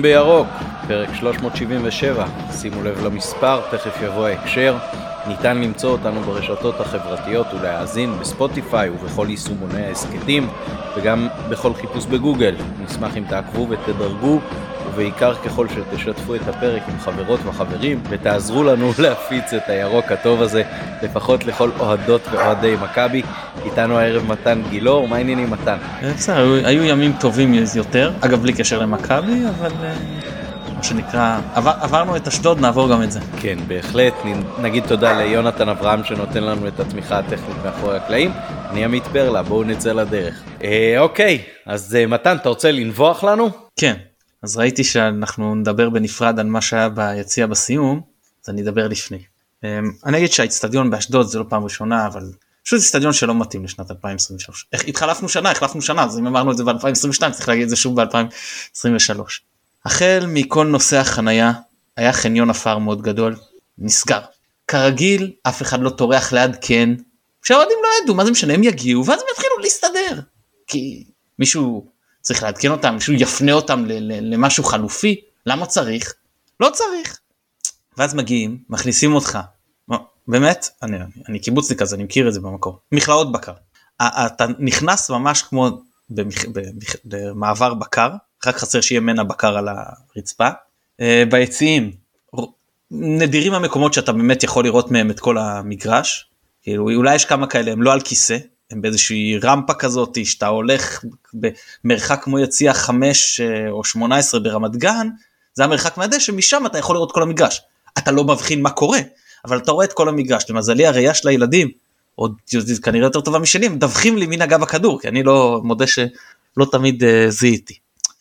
בירוק, פרק 377, שימו לב למספר, תכף יבוא ההקשר. ניתן למצוא אותנו ברשתות החברתיות ולהאזין בספוטיפיי ובכל יישומוני ההסקטים, וגם בכל חיפוש בגוגל. נשמח אם תעקבו ותדרגו, ובעיקר ככל שתשתפו את הפרק עם חברות וחברים, ותעזרו לנו להפיץ את הירוק הטוב הזה, לפחות לכל אוהדות ואוהדי מכבי. איתנו הערב מתן גילור, מה העניינים מתן? בסדר, היו ימים טובים יותר, אגב בלי קשר למכבי, אבל מה שנקרא, עברנו את אשדוד, נעבור גם את זה. כן, בהחלט, נגיד תודה ליונתן אברהם שנותן לנו את התמיכה הטכנית מאחורי הקלעים. אני עמית פרלה, בואו נצא לדרך. אוקיי, אז מתן, אתה רוצה לנבוח לנו? כן. אז ראיתי שאנחנו נדבר בנפרד על מה שהיה ביציע בסיום, אז אני אדבר לפני. אני אגיד שהאצטדיון באשדוד זה לא פעם ראשונה, אבל פשוט אצטדיון שלא מתאים לשנת 2023. החלפנו שנה, אז אם אמרנו את זה ב-2022, צריך להגיד את זה שוב ב-2023. החל מכל נושא החנייה, היה חניון אפר מאוד גדול, נסגר. כרגיל, אף אחד לא טורח לעדכן, שהאוהדים לא ידעו, מה זה משנה, הם יגיעו, ואז הם יתחילו להסתדר. כי מישהו צריך לעדכן אותם, מישהו יפנה אותם למשהו חלופי, למה צריך? לא צריך. ואז מגיעים, מכניסים אותך, באמת, אני קיבוצניק אז אני מכיר את זה במקור, מכלאות בקר, אתה נכנס ממש כמו במעבר בקר, רק חסר שיהיה מנה בקר על הרצפה, ביציעים, נדירים המקומות שאתה באמת יכול לראות מהם את כל המגרש, כאילו אולי יש כמה כאלה, הם לא על כיסא, הם באיזושהי רמפה כזאת, שאתה הולך במרחק כמו יציע 5 או 18 ברמת גן, זה המרחק מהדשא, משם אתה יכול לראות כל המגרש. אתה לא מבחין מה קורה, אבל אתה רואה את כל המגרש. למזלי הראייה של הילדים, עוד כנראה יותר טובה משלי, הם דווחים לי מן אגב הכדור, כי אני לא מודה שלא תמיד זיהיתי.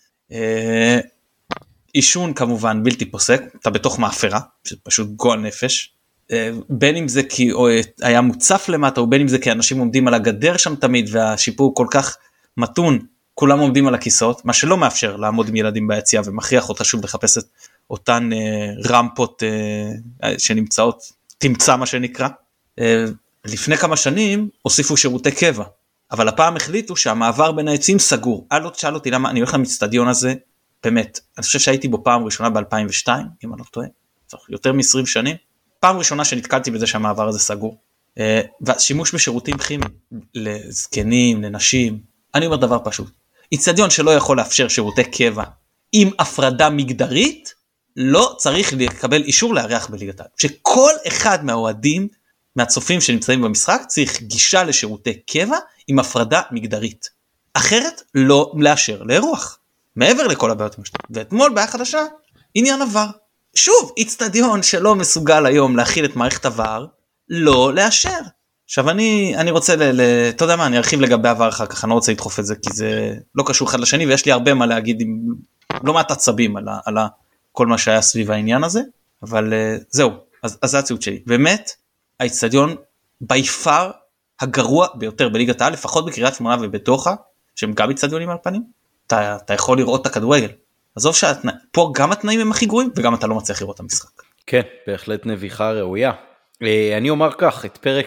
עישון כמובן בלתי פוסק, אתה בתוך מאפרה, פשוט גועל נפש, בין אם זה כי היה מוצף למטה, או בין אם זה כי אנשים עומדים על הגדר שם תמיד, והשיפור כל כך מתון, כולם עומדים על הכיסאות, מה שלא מאפשר לעמוד עם ילדים ביציאה, ומכריח אותה שוב לחפש את אותן רמפות שנמצאות, תמצא מה שנקרא. לפני כמה שנים הוסיפו שירותי קבע, אבל הפעם החליטו שהמעבר בין העצים סגור. לא תשאל אותי למה, אני הולך למצטדיון הזה, באמת, אני חושב שהייתי בו פעם ראשונה ב-2002, אם אני לא טועה, יותר מ-20 שנים, פעם ראשונה שנתקלתי בזה שהמעבר הזה סגור, והשימוש בשירותים כימיים, לזקנים, לנשים, אני אומר דבר פשוט, אצטדיון שלא יכול לאפשר שירותי קבע, עם הפרדה מגדרית, לא צריך לקבל אישור לארח בליגת העל, שכל אחד מהאוהדים, מהצופים שנמצאים במשחק, צריך גישה לשירותי קבע, עם הפרדה מגדרית, אחרת לא לאשר לאירוח, מעבר לכל הבעיות משתות, ואתמול בעיה חדשה, עניין עבר, שוב, אצטדיון שלא מסוגל היום להכיל את מערכת עבר, לא לאשר. עכשיו אני רוצה, אתה יודע מה, אני ארחיב לגבי עבר אחר כך, אני לא רוצה לדחוף את זה, כי זה לא קשור אחד לשני, ויש לי הרבה מה להגיד, לא מעט עצבים על כל מה שהיה סביב העניין הזה, אבל זהו, אז זה הציאות שלי. באמת, האצטדיון ביפר הגרוע ביותר בליגת העל, לפחות בקריית שמונה ובתוכה, שהם גם אצטדיונים על פנים, אתה יכול לראות את הכדורגל. עזוב שפה גם התנאים הם הכי גרועים, וגם אתה לא מצליח לראות את המשחק. כן, בהחלט נביחה ראויה. אני אומר כך, את פרק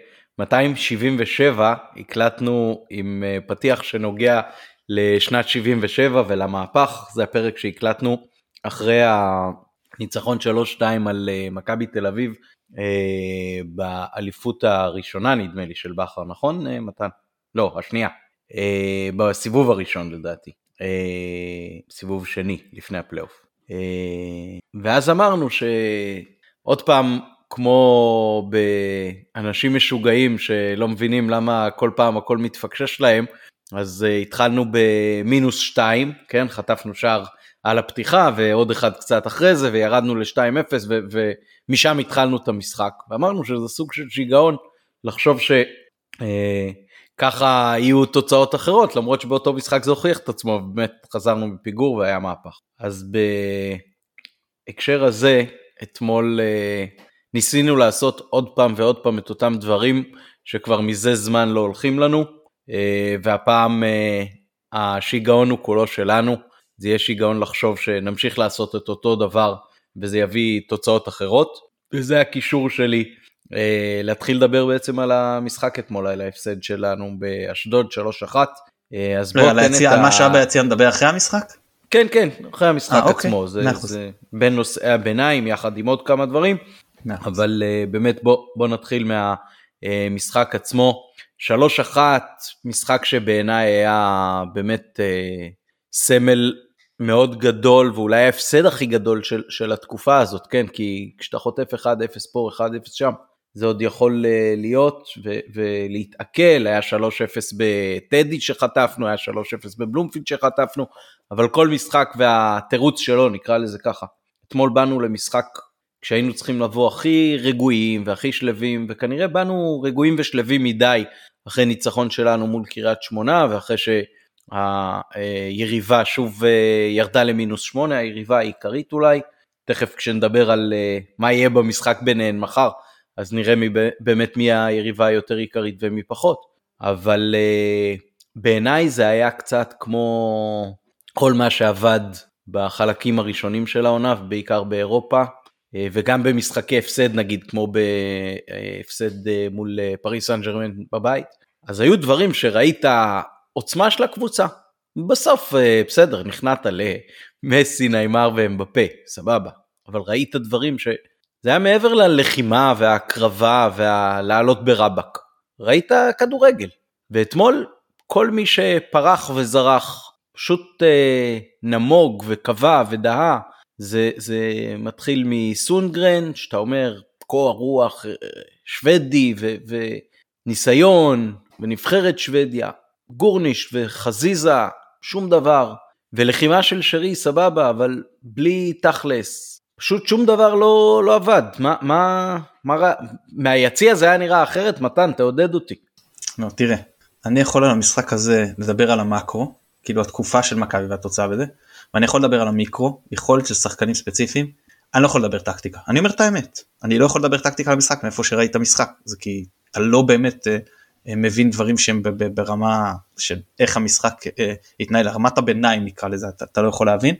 277 הקלטנו עם פתיח שנוגע לשנת 77 ולמהפך, זה הפרק שהקלטנו אחרי הניצחון 3-2 על מכבי תל אביב, באליפות הראשונה נדמה לי של בכר, נכון מתן? לא, השנייה, בסיבוב הראשון לדעתי. סיבוב שני לפני הפלייאוף, ואז אמרנו שעוד פעם כמו באנשים משוגעים שלא מבינים למה כל פעם הכל מתפקשש להם, אז התחלנו במינוס 2, כן, חטפנו שער על הפתיחה ועוד אחד קצת אחרי זה וירדנו ל-2-0 ומשם התחלנו את המשחק, ואמרנו שזה סוג של שיגעון לחשוב ככה יהיו תוצאות אחרות, למרות שבאותו משחק זה הוכיח את עצמו, באמת חזרנו בפיגור והיה מהפך. אז בהקשר הזה, אתמול ניסינו לעשות עוד פעם ועוד פעם את אותם דברים, שכבר מזה זמן לא הולכים לנו, והפעם השיגעון הוא כולו שלנו, זה יהיה שיגעון לחשוב שנמשיך לעשות את אותו דבר, וזה יביא תוצאות אחרות, וזה הקישור שלי, להתחיל לדבר בעצם על המשחק אתמול, על ההפסד שלנו באשדוד 3-1. אז בוא תן את מה שהיה ביציע נדבר אחרי המשחק? כן, כן, אחרי המשחק אוקיי, עצמו, זה בין נושאי הביניים יחד עם עוד כמה דברים, אבל באמת בוא נתחיל מהמשחק עצמו. 3-1, משחק שבעיניי היה באמת סמל מאוד גדול, ואולי ההפסד הכי גדול של התקופה הזאת, כן, כי כשאתה חוטף 1-0 פה, 1-0 שם, זה עוד יכול להיות ולהתעכל. היה 3-0 בטדי שחטפנו, היה 3-0 בבלומפילד שחטפנו, אבל כל משחק והתירוץ שלו, נקרא לזה ככה. אתמול באנו למשחק כשהיינו צריכים לבוא הכי רגועים והכי שלבים, וכנראה באנו רגועים ושלבים מדי, אחרי ניצחון שלנו מול קריית שמונה, ואחרי שהיריבה שוב ירדה ל-8, היריבה העיקרית אולי, תכף כשנדבר על מה יהיה במשחק ביניהן מחר, אז נראה באמת מי היריבה היותר עיקרית ומי פחות, אבל בעיניי זה היה קצת כמו כל מה שעבד בחלקים הראשונים של העונה, בעיקר באירופה, וגם במשחקי הפסד נגיד, כמו בהפסד מול פריס סן ז'רמן בבית, אז היו דברים שראית עוצמה של הקבוצה, בסוף בסדר, נכנעת למסי, ניימר ואמבפה, סבבה, אבל ראית דברים ש... זה היה מעבר ללחימה והקרבה והלעלות ברבק. ראית כדורגל. ואתמול כל מי שפרח וזרח, פשוט נמוג וקבע ודהה, זה מתחיל מסונגרן, שאתה אומר, קור רוח שוודי וניסיון ונבחרת שוודיה, גורניש וחזיזה, שום דבר. ולחימה של שרי סבבה, אבל בלי תכלס. פשוט שום דבר לא עבד. מהיציע זה היה נראה אחרת? מתן, תעודד אותי. לא, תראה, אני יכול על המשחק הזה לדבר על המקרו, כאילו התקופה של מכבי והתוצאה בזה, ואני יכול לדבר על המיקרו, יכולת של שחקנים ספציפיים, אני לא יכול לדבר טקטיקה. אני אומר את האמת, אני לא יכול לדבר טקטיקה על המשחק, מאיפה שראית המשחק, זה כי אתה לא באמת מבין דברים שהם ברמה של איך המשחק יתנהל, רמת הביניים נקרא לזה, אתה לא יכול להבין,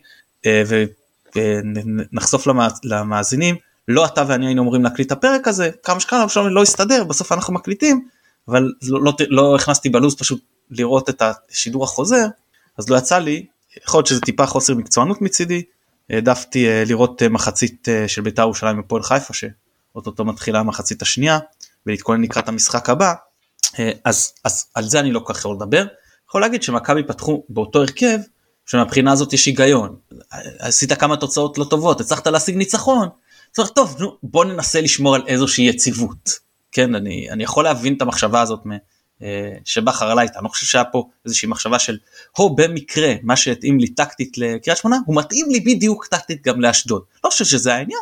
ונחשוף למאזינים, לא אתה ואני היינו אומרים להקליט את הפרק הזה, כמה שקרה, לא הסתדר, בסוף אנחנו מקליטים, אבל לא הכנסתי בלוז פשוט לראות את השידור החוזר, אז לא יצא לי, יכול להיות שזה טיפה חוסר מקצוענות מצידי, העדפתי לראות מחצית של בית"ר ירושלים בפועל חיפה, שאוטוטו מתחילה המחצית השנייה, ולהתכונן לקראת המשחק הבא, אז על זה אני לא כל כך יכול לדבר, יכול להגיד שמכבי פתחו באותו הרכב, שמבחינה הזאת יש היגיון, עשית כמה תוצאות לא טובות, הצלחת להשיג ניצחון, צריך טוב, נו, בוא ננסה לשמור על איזושהי יציבות, כן, אני יכול להבין את המחשבה הזאת שבחר עליי, אני לא חושב שהיה פה איזושהי מחשבה של, במקרה, מה שהתאים לי טקטית לקריית שמונה, הוא מתאים לי בדיוק טקטית גם לאשדוד, לא חושב שזה העניין,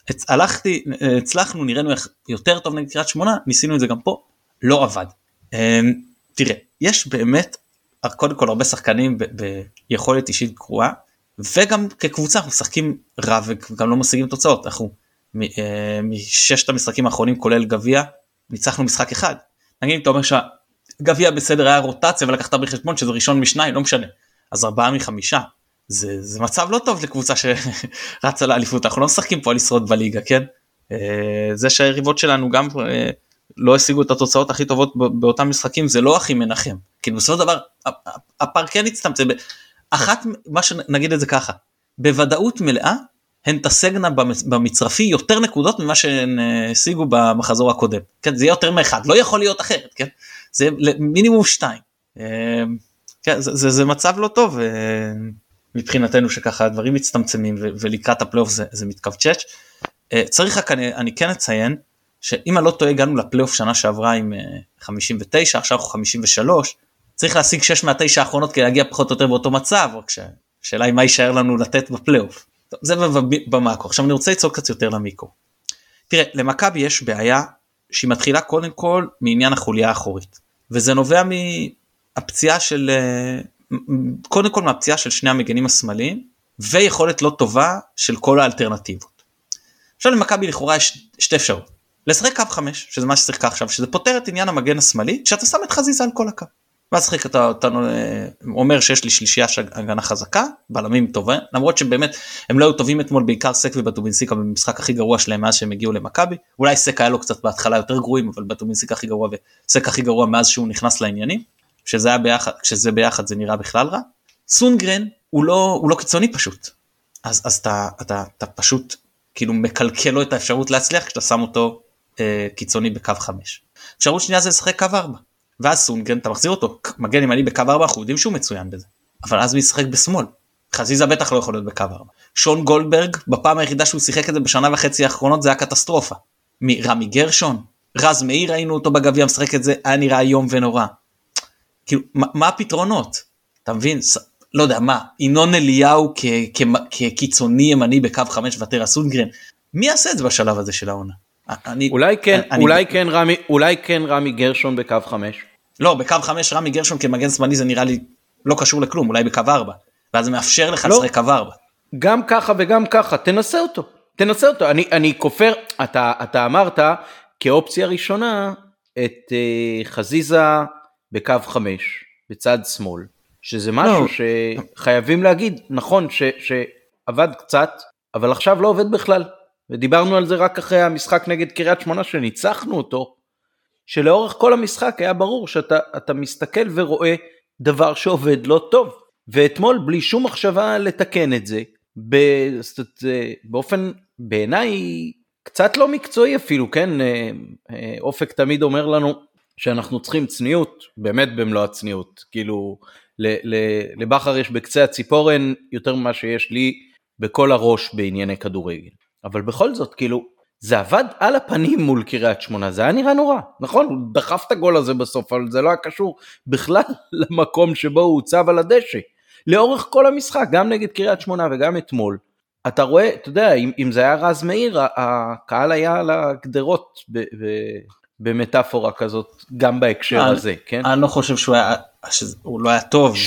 הצלחנו, נראינו יותר טוב נגד קריית שמונה, ניסינו את זה גם פה, לא עבד. תראה, יש באמת, קודם כל הרבה שחקנים ביכולת אישית גרועה, וגם כקבוצה אנחנו משחקים רע וגם לא משיגים תוצאות, אנחנו מששת המשחקים האחרונים כולל גביע, ניצחנו משחק אחד, נגיד אם אתה אומר שהגביע בסדר היה רוטציה ולקחת בחשבון שזה ראשון משניים, לא משנה, אז 4 מ-5, זה מצב לא טוב לקבוצה שרצה לאליפות, אנחנו לא משחקים פה על לשרוד בליגה, כן? זה שהיריבות שלנו גם לא השיגו את התוצאות הכי טובות באותם משחקים, זה לא הכי מנחם, כי בסופו של דבר, הפער כן הצטמצם, מה שנגיד את זה ככה, בוודאות מלאה, הן תשגנה במצרפי יותר נקודות ממה שהן השיגו במחזור הקודם, כן, זה יהיה יותר מאחד, לא יכול להיות אחרת, כן, זה מינימום 2, כן, זה מצב לא טוב, מבחינתנו שככה הדברים מצטמצמים, ולקראת הפלייאוף זה מתכווצ'ץ', צריך רק, אני כן אציין, שאם אני לא טועה, הגענו לפלייאוף שנה שעברה עם 59, עכשיו 53, צריך להשיג 6 מה-9 האחרונות, כדי להגיע פחות או יותר באותו מצב, רק שאלה היא מה יישאר לנו לתת בפלייאוף. זה במאקרו. עכשיו אני רוצה לצעוק קצת יותר למיקרו. תראה, למכבי יש בעיה, שהיא מתחילה קודם כל מעניין החוליה האחורית, וזה נובע מהפציעה של, קודם כל מהפציעה של שני המגנים השמאליים, ויכולת לא טובה של כל האלטרנטיבות. עכשיו למכבי לכאורה יש שתי אפשרות. לשחק קו 5, שזה מה ששחקה עכשיו, שזה פותר את עניין המגן השמאלי, שאתה שם את חזיזה על כל הקו. ואז שחק אתה אומר שיש לי שלישייה הגנה חזקה, בלמים טובה, למרות שבאמת הם לא היו טובים אתמול, בעיקר סק ובטובינסיקה במשחק הכי גרוע שלהם מאז שהם הגיעו למכבי, אולי סק היה לו קצת בהתחלה יותר גרועים, אבל בטובינסיקה הכי גרוע וסק הכי גרוע מאז שהוא נכנס לעניינים, שזה ביחד זה נראה בכלל רע. סונגרן הוא לא קיצוני פשוט. אז אתה פשוט כאילו מקלקל לו את האפשרות להצליח, כשאתה שם אותו קיצוני בקו 5. אפשרות שנייה זה לשחק קו 4. ואז סונגרן, אתה מחזיר אותו, מגן ימני בקו 4, אנחנו יודעים שהוא מצוין בזה. אבל אז הוא ישחק בשמאל. חזיזה בטח לא יכול להיות בקו 4. שון גולדברג, בפעם היחידה שהוא שיחק את זה בשנה וחצי האחרונות, זה היה קטסטרופה. רמי גרשון, רז מאיר, ראינו אותו בגביע משחק את זה, היה נראה יום ונורא. כאילו, מה הפתרונות? אתה מבין? לא יודע, מה? ינון אליהו כקיצוני ימני בקו 5 ותר סונגרן. מי יעשה את זה בשלב הזה של העונה? אולי כן רמי גרשון בקו 5. לא, בקו 5 רמי גרשון כמגן שמאלי זה נראה לי לא קשור לכלום, אולי בקו 4. ואז זה מאפשר לך לשחק קו 4. גם ככה וגם ככה, תנסה אותו. אני כופר, אתה אמרת כאופציה ראשונה את חזיזה בקו 5, בצד שמאל, שזה משהו שחייבים להגיד, נכון שעבד קצת, אבל עכשיו לא עובד בכלל. ודיברנו על זה רק אחרי המשחק נגד קריית שמונה שניצחנו אותו, שלאורך כל המשחק היה ברור שאתה מסתכל ורואה דבר שעובד לא טוב. ואתמול בלי שום מחשבה לתקן את זה, באופן בעיניי קצת לא מקצועי אפילו, כן? אופק תמיד אומר לנו שאנחנו צריכים צניעות, באמת במלוא הצניעות, כאילו לבחר יש בקצה הציפורן יותר ממה שיש לי בכל הראש בענייני כדורגל. אבל בכל זאת, כאילו, זה עבד על הפנים מול קריית שמונה, זה היה נראה נורא, נכון? הוא דחף את הגול הזה בסוף, אבל זה לא היה קשור בכלל למקום שבו הוא הוצב על הדשא. לאורך כל המשחק, גם נגד קריית שמונה וגם אתמול, אתה רואה, אתה יודע, אם זה היה רז מאיר, הקהל היה על הגדרות במטאפורה כזאת, גם בהקשר הזה, כן? אני לא חושב שהוא לא היה טוב.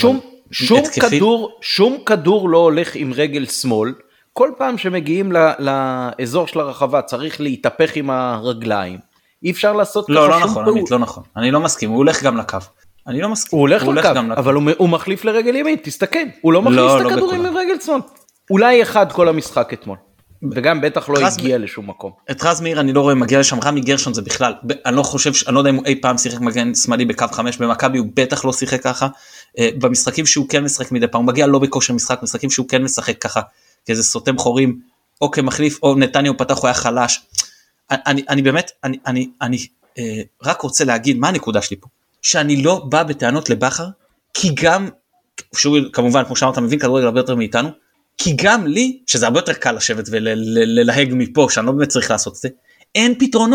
שום כדור לא הולך עם רגל שמאל, כל פעם שמגיעים לאזור של הרחבה, צריך להתהפך עם הרגליים, אי אפשר לעשות לא, לא נכון, עמית, לא נכון, אני לא מסכים, הוא הולך גם לקו. אני לא מסכים. הוא הולך לקו, אבל הוא מחליף לרגל ימין, תסתכל, הוא לא מחליף את הכדורים מרגל שמאל. אולי אחד כל המשחק אתמול, וגם בטח לא הגיע לשום מקום. את רז מאיר אני לא רואה מגיע לשם, רמי גרשון זה בכלל, אני לא יודע אם הוא אי פעם שיחק מגן שמאלי בקו 5, במכבי הוא בטח לא שיחק ככה, במשחקים שהוא כן משחק מדי פעם, הוא מגיע לא בכושר משחק, משחקים שהוא כן משחק ככה, כאיזה סותם חורים, או כמחליף, או נתניה הוא פתח, הוא היה חלש. אני באמת, אני רק רוצה להגיד, מה הנקודה שלי פה? שאני לא בא בטענות לבחר, כי גם, שהוא כמובן, כמו שאמרת, מבין כדורגל הרבה יותר מאיתנו, כי גם לי, שזה הרבה יותר קל לשבת וללהג מפה, שאני לא באמת צריך לעשות את זה, אין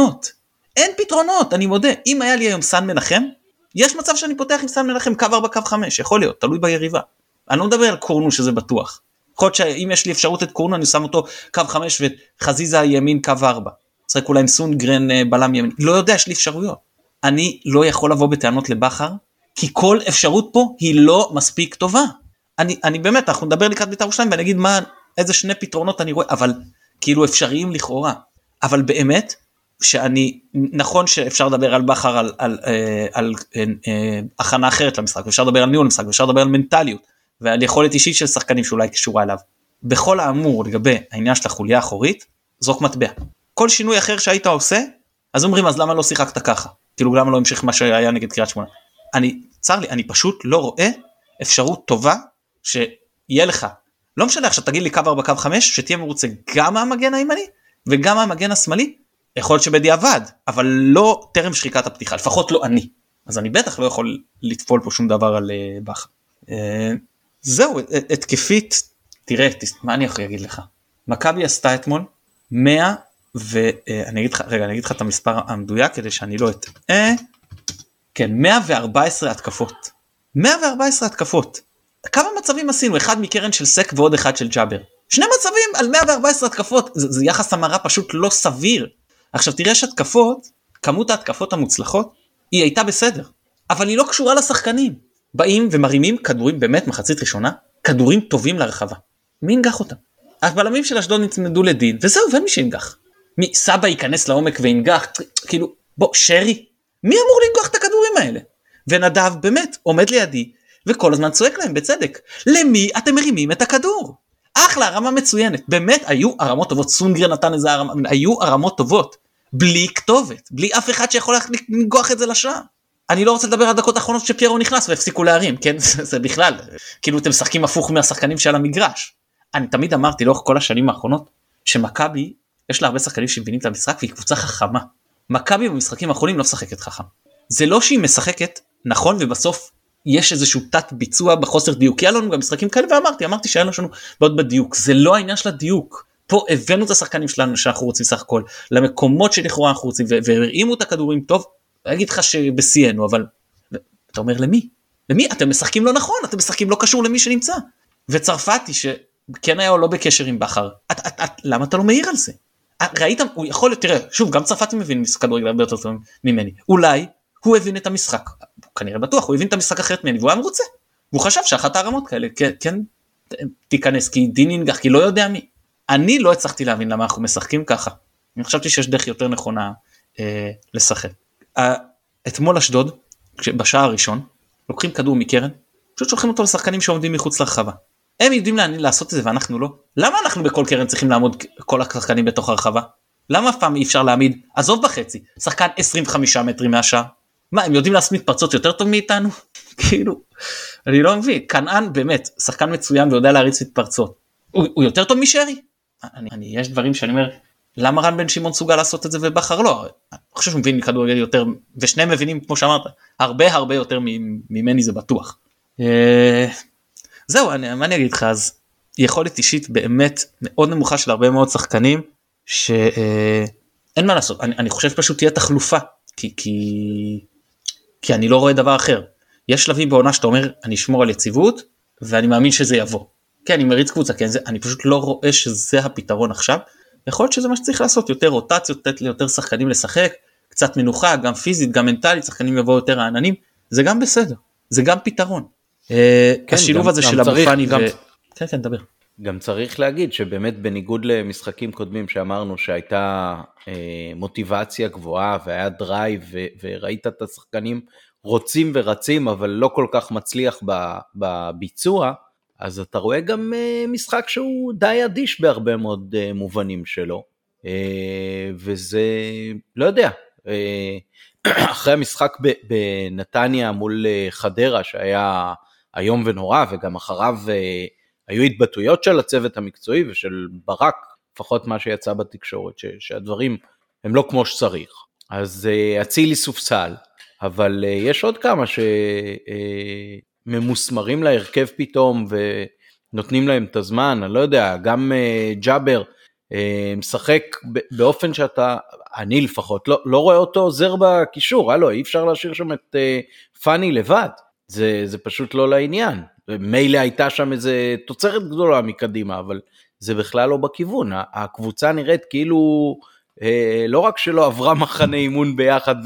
פתרונות, אני מודה. אם היה לי היום סן מנחם, יש מצב שאני פותח עם סן מנחם קו 4, קו 5, יכול להיות, תלוי ביריבה. אני לא מדבר על קורנו שזה בטוח. יכול להיות שאם יש לי אפשרות את קורנו, אני שם אותו קו 5 וחזיזה ימין קו 4. צריך אולי עם סונגרן בלם ימין. לא יודע, יש לי אפשרויות. אני לא יכול לבוא בטענות לבחר, כי כל אפשרות פה היא לא מספיק טובה. אני באמת, אנחנו נדבר לקראת בית"ר ירושלים, ואני אגיד איזה שני פתרונות אני רואה, אבל כאילו אפשריים לכאורה. אבל באמת, נכון שאפשר לדבר על בחר, על הכנה אחרת למשחק, ואפשר לדבר על ניהול משחק, ואפשר לדבר על מנטליות, ועל יכולת אישית של שחקנים שאולי קשורה אליו. בכל האמור לגבי העניין של החוליה האחורית, זרוק מטבע. כל שינוי אחר שהיית עושה, אז אומרים, אז למה לא שיחקת ככה? כאילו, למה לא המשיך מה שהיה נגד קריית שמונה? צר לי, אני פשוט לא רואה אפשרות טובה שיהיה לך. לא משנה, עכשיו תגיד לי קו 4, קו 5, שתהיה מרוצה גם מהמגן הימני, וגם מהמגן השמאלי, יכול להיות שבדיעבד, אבל לא טרם שחיקת הפתיחה, לפחות לא אני. אז אני בטח לא יכול לתפול פה שום דבר על בחר. זהו, התקפית, תראה, מה אני יכול להגיד לך? מכבי עשתה אתמול 100, ואני אגיד לך את המספר המדויק, כדי שאני לא אטעה, כן, 114 התקפות. 114 התקפות. כמה מצבים עשינו? אחד מקרן של סק ועוד אחד של ג'אבר. שני מצבים על 114 התקפות, זה יחס המרה פשוט לא סביר. עכשיו תראה שהתקפות, כמות ההתקפות המוצלחות, היא הייתה בסדר, אבל היא לא קשורה לשחקנים. באים ומרימים כדורים, באמת מחצית ראשונה, כדורים טובים לרחבה. מי ינגח אותם? הבלמים של אשדוד נצמדו לדין, וזהו, ואין מי שינגח. מי סבא ייכנס לעומק וינגח, כאילו, בוא, שרי, מי אמור לנגח את הכדורים האלה? ונדב באמת עומד לידי, וכל הזמן צועק להם בצדק. למי אתם מרימים את הכדור? אחלה, הרמה מצוינת. באמת היו הרמות טובות. סונגרן נתן איזה הרמה, היו הרמות טובות. בלי כתובת, בלי אף אחד שיכול לנגוח את זה לשער. אני לא רוצה לדבר על הדקות האחרונות שפיירו נכנס והפסיקו להרים, כן? זה בכלל, כאילו אתם משחקים הפוך מהשחקנים שעל המגרש. אני תמיד אמרתי לאורך כל השנים האחרונות, שמכבי, יש לה הרבה שחקנים שמבינים את המשחק, והיא קבוצה חכמה. מכבי במשחקים האחרונים לא משחקת חכם. זה לא שהיא משחקת נכון, ובסוף יש איזשהו תת ביצוע בחוסר דיוק. כי היה לנו גם משחקים כאלה, ואמרתי שהיה לנו בעוד בדיוק. זה לא העניין של הדיוק. פה הבאנו את השחקנים שלנו שאנחנו רוצים סך הכל, למקומות שלכאורה אנחנו רוצים, והרימו את הכדורים טוב, אני אגיד לך שבסיינו, אבל אתה אומר למי? למי? אתם משחקים לא נכון, אתם משחקים לא קשור למי שנמצא. וצרפתי שכן היה או לא בקשר עם בחר, למה אתה לא מעיר על זה? ראית, הוא יכול, תראה, שוב, גם צרפתי מבין כדורגל הרבה יותר טוב ממני, אולי הוא הבין את המשחק, כנראה בטוח, הוא הבין את המשחק אחרת ממני, והוא היה מרוצה, והוא חשב שאחת הרמות כאלה, כן, תיכנס, כי דין ינגח, כי לא יודע מי. אני לא הצלחתי להבין למה אנחנו משחקים ככה, אני חשבתי שיש דרך יותר נכונה לשחק. אתמול אשדוד, בשעה הראשון, לוקחים כדור מקרן, פשוט שולחים אותו לשחקנים שעומדים מחוץ לרחבה. הם יודעים לעשות את זה ואנחנו לא. למה אנחנו בכל קרן צריכים לעמוד כל השחקנים בתוך הרחבה? למה אף פעם אי אפשר להעמיד, עזוב בחצי, שחקן 25 מטרים מהשאר? מה, הם יודעים לעשות מתפרצות יותר טוב מאיתנו? כאילו, אני לא מבין. כנען באמת, שחקן מצוין ויודע להריץ מתפרצות. הוא יותר טוב משרי? יש דברים שאני אומר, למה רן בן שמעון סוגל לעשות את זה ובחר לא? אני חושב שהוא מבין מכדורגל יותר, ושניהם מבינים, כמו שאמרת, הרבה יותר ממני זה בטוח. זהו, מה אני אגיד לך, אז יכולת אישית באמת מאוד נמוכה של הרבה מאוד שחקנים, שאין מה לעשות, אני חושב פשוט תהיה תחלופה, כי אני לא רואה דבר אחר. יש שלבים בעונה שאתה אומר, אני אשמור על יציבות, ואני מאמין שזה יבוא. כן, אני מריץ קבוצה, כן, אני פשוט לא רואה שזה הפתרון עכשיו, יכול להיות שזה מה שצריך לעשות, יותר רוטציות, לתת ליותר שחקנים לשחק, קצת מנוחה, גם פיזית, גם מנטלית, שחקנים יבואו יותר העננים, זה גם בסדר, זה גם פתרון. השילוב הזה של אבו פאני כן, דבר. גם צריך להגיד שבאמת בניגוד למשחקים קודמים שאמרנו שהייתה מוטיבציה גבוהה והיה דרייב וראית את השחקנים רוצים ורצים אבל לא כל כך מצליח בביצוע, אז אתה רואה גם משחק שהוא די אדיש בהרבה מאוד מובנים שלו, וזה, לא יודע, אחרי המשחק בנתניה מול חדרה שהיה היום ונורא, וגם אחריו היו התבטאויות של הצוות המקצועי ושל ברק, לפחות מה שיצא בתקשורת, שהדברים הם לא כמו שצריך. אז אצילי סופסל, אבל יש עוד כמה שממוסמרים להרכב פתאום ונותנים להם את הזמן, אני לא יודע, גם ג'אבר משחק באופן שאתה, אני לפחות, לא רואה אותו עוזר בקישור, הלו, אי אפשר להשאיר שם את פאני לבד, זה פשוט לא לעניין, מילא הייתה שם איזה תוצרת גדולה מקדימה, אבל זה בכלל לא בכיוון, הקבוצה נראית כאילו, לא רק שלא עברה מחנה אימון ביחד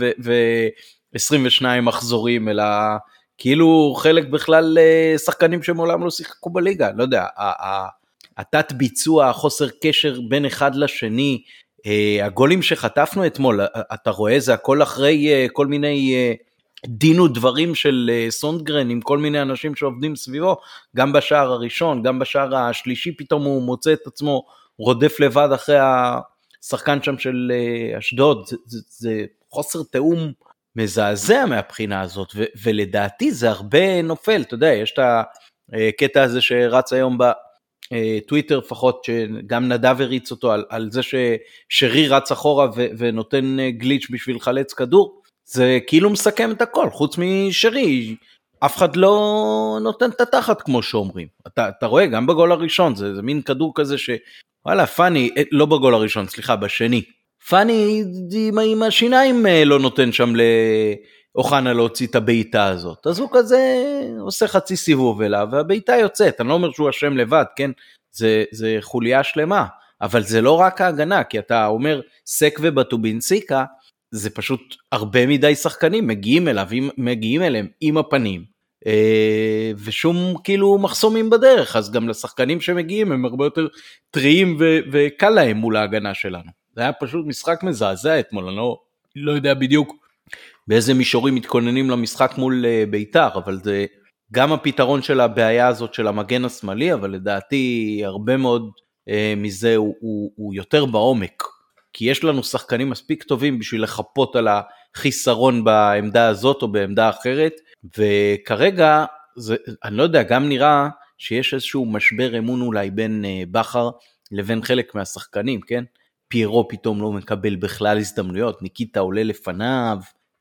ו-22 מחזורים, אלא כאילו חלק בכלל שחקנים שמעולם לא שיחקו בליגה, לא יודע, התת ביצוע, החוסר קשר בין אחד לשני, הגולים שחטפנו אתמול, אתה רואה, זה הכל אחרי כל מיני דינו דברים של סונדגרן, עם כל מיני אנשים שעובדים סביבו, גם בשער הראשון, גם בשער השלישי, פתאום הוא מוצא את עצמו, רודף לבד אחרי השחקן שם של אשדוד, זה חוסר תאום מזעזע מהבחינה הזאת, ולדעתי זה הרבה נופל, אתה יודע, יש את הקטע הזה שרץ היום טוויטר לפחות, שגם נדב הריץ אותו על זה ששרי רץ אחורה ונותן גליץ' בשביל לחלץ כדור, זה כאילו מסכם את הכל, חוץ משרי, אף אחד לא נותן את התחת כמו שאומרים, אתה רואה גם בגול הראשון, זה מין כדור כזה שוואלה, פאני, לא בגול הראשון, סליחה, בשני, פאני עם השיניים לא נותן שם לאוחנה להוציא את הביתה הזאת, אז הוא כזה עושה חצי סיבוב אליו, והביתה יוצאת, אני לא אומר שהוא אשם לבד, כן, זה חוליה שלמה, אבל זה לא רק ההגנה, כי אתה אומר סק ובטובינסיקה, זה פשוט הרבה מדי שחקנים מגיעים אליהם עם הפנים, ושום כאילו מחסומים בדרך, אז גם לשחקנים שמגיעים הם הרבה יותר טריים וקל להם מול ההגנה שלנו. זה היה פשוט משחק מזעזע אתמול, אני לא יודע בדיוק באיזה מישורים מתכוננים למשחק מול ביתר, אבל זה גם הפתרון של הבעיה הזאת של המגן השמאלי, אבל לדעתי הרבה מאוד מזה הוא יותר בעומק, כי יש לנו שחקנים מספיק טובים בשביל לחפות על חיסרון בעמדה הזאת או בעמדה אחרת, וכרגע, אני לא יודע, גם נראה שיש איזשהו משבר אמון אולי בין בכר לבין חלק מהשחקנים, כן? פיירו פתאום לא מקבל בכלל הזדמנויות, ניקיטה עולה לפניו,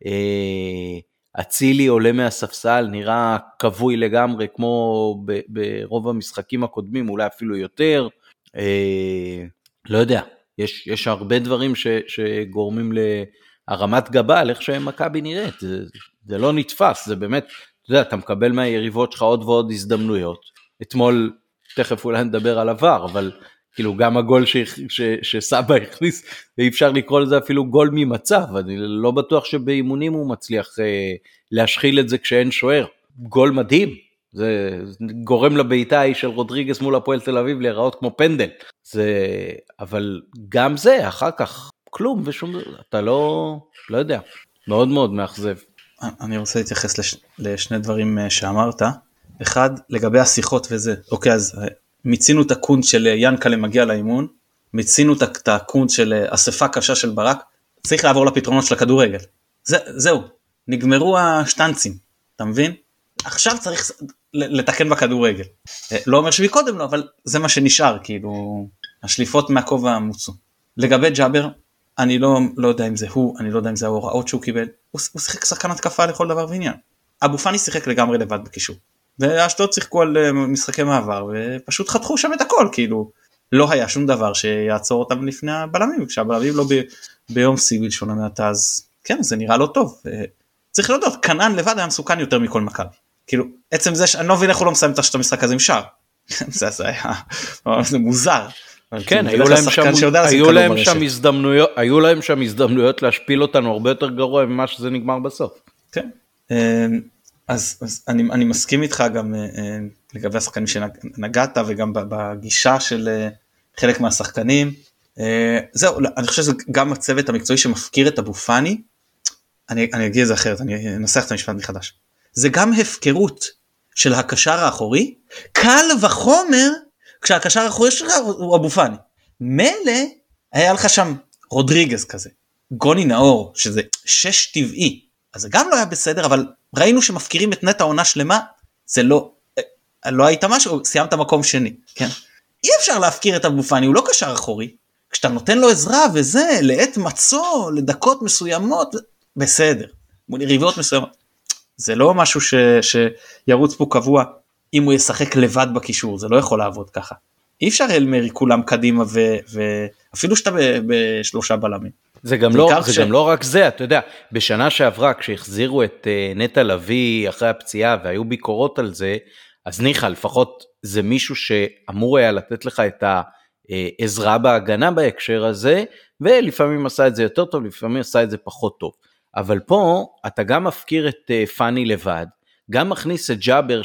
אצילי עולה מהספסל, נראה קבוי לגמרי, כמו ברוב המשחקים הקודמים, אולי אפילו יותר, לא יודע, יש הרבה דברים שגורמים להרמת גבה על איך שמכבי נראית, זה לא נתפס, זה באמת, אתה יודע, אתה מקבל מהיריבות שלך עוד ועוד הזדמנויות, אתמול, תכף אולי נדבר על עבר, אבל כאילו גם הגול שסבא הכניס, אי אפשר לקרוא לזה אפילו גול ממצב, אני לא בטוח שבאימונים הוא מצליח להשחיל את זה כשאין שוער, גול מדהים, זה גורם לבעיטה ההיא של רודריגס מול הפועל תל אביב להיראות כמו פנדל, אבל גם זה אחר כך כלום ושום, אתה לא יודע, מאוד מאוד מאכזב. אני רוצה להתייחס לשני דברים שאמרת, אחד לגבי השיחות וזה, אוקיי, אז מיצינו את הקונט של ינקלה מגיע לאימון, מיצינו את הקונט של אספה קשה של ברק, צריך לעבור לפתרונות של הכדורגל. זהו, נגמרו השטנצים, אתה מבין? עכשיו צריך לתקן בכדורגל. לא אומר שמקודם לא, אבל זה מה שנשאר, כאילו, השליפות מהכובע המוצאו. לגבי ג'אבר, אני לא יודע אם זה הוא, אני לא יודע אם זה ההוראות שהוא קיבל, הוא שיחק שחקן התקפה לכל דבר ועניין. אבו פאני שיחק לגמרי לבד בקישור. והאשדוד שיחקו על משחקי מעבר, ופשוט חתכו שם את הכל, כאילו, לא היה שום דבר שיעצור אותם לפני הבלמים, כשהבלמים לא ביום שיא בלשון המעטה, אז כן, זה נראה לא טוב, צריך להודות, קנן לבד היה מסוכן יותר מכל מכבי, כאילו, עצם זה שאני לא מבין איך הוא לא מסיים את המשחק הזה עם שער, זה היה מוזר, כן, היו להם שם הזדמנויות להשפיל אותנו הרבה יותר גרוע ממה שזה נגמר בסוף. כן, אז אני מסכים איתך גם לגבי השחקנים שנגעת וגם בגישה של חלק מהשחקנים. זהו, אני חושב שזה גם הצוות המקצועי שמפקיר את אבו פאני, אני אגיד את זה אחרת, אני אנסח את המשפט מחדש. זה גם הפקרות של הקשר האחורי, קל וחומר כשהקשר האחורי שלך הוא אבו פאני. מלא היה לך שם רודריגז כזה, גוני נאור, שזה 6 טבעי, אז זה גם לא היה בסדר, אבל ראינו שמפקירים את נטע עונה שלמה, זה לא היית משהו, סיימת מקום שני, כן? אי אפשר להפקיר את אבו פאני, הוא לא קשר אחורי, כשאתה נותן לו עזרה וזה, לעת מצוא, לדקות מסוימות, בסדר, ריביות מסוימות, זה לא משהו שירוץ פה קבוע, אם הוא ישחק לבד בקישור, זה לא יכול לעבוד ככה. אי אפשר אלמרי כולם קדימה, ואפילו שאתה בשלושה בלמים. זה גם לא רק זה, אתה יודע, בשנה שעברה, כשהחזירו את נטע לביא אחרי הפציעה, והיו ביקורות על זה, אז ניחא, לפחות זה מישהו שאמור היה לתת לך את העזרה בהגנה בהקשר הזה, ולפעמים עשה את זה יותר טוב, לפעמים עשה את זה פחות טוב. אבל פה, אתה גם מפקיר את פאני לבד, גם מכניס את ג'אבר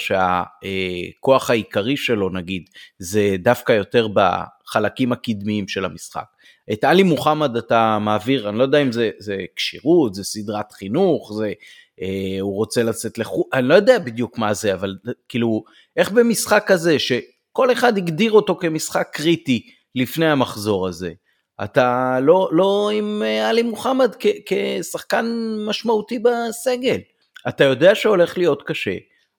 שהכוח העיקרי שלו נגיד, זה דווקא יותר בחלקים הקדמיים של המשחק. את עלי מוחמד אתה מעביר, אני לא יודע אם זה קשירות, זה סדרת חינוך, הוא רוצה לצאת לחוץ, אני לא יודע בדיוק מה זה, אבל כאילו, איך במשחק הזה, שכל אחד הגדיר אותו כמשחק קריטי לפני המחזור הזה, אתה לא עם עלי מוחמד כשחקן משמעותי בסגל, אתה יודע שהולך להיות קשה,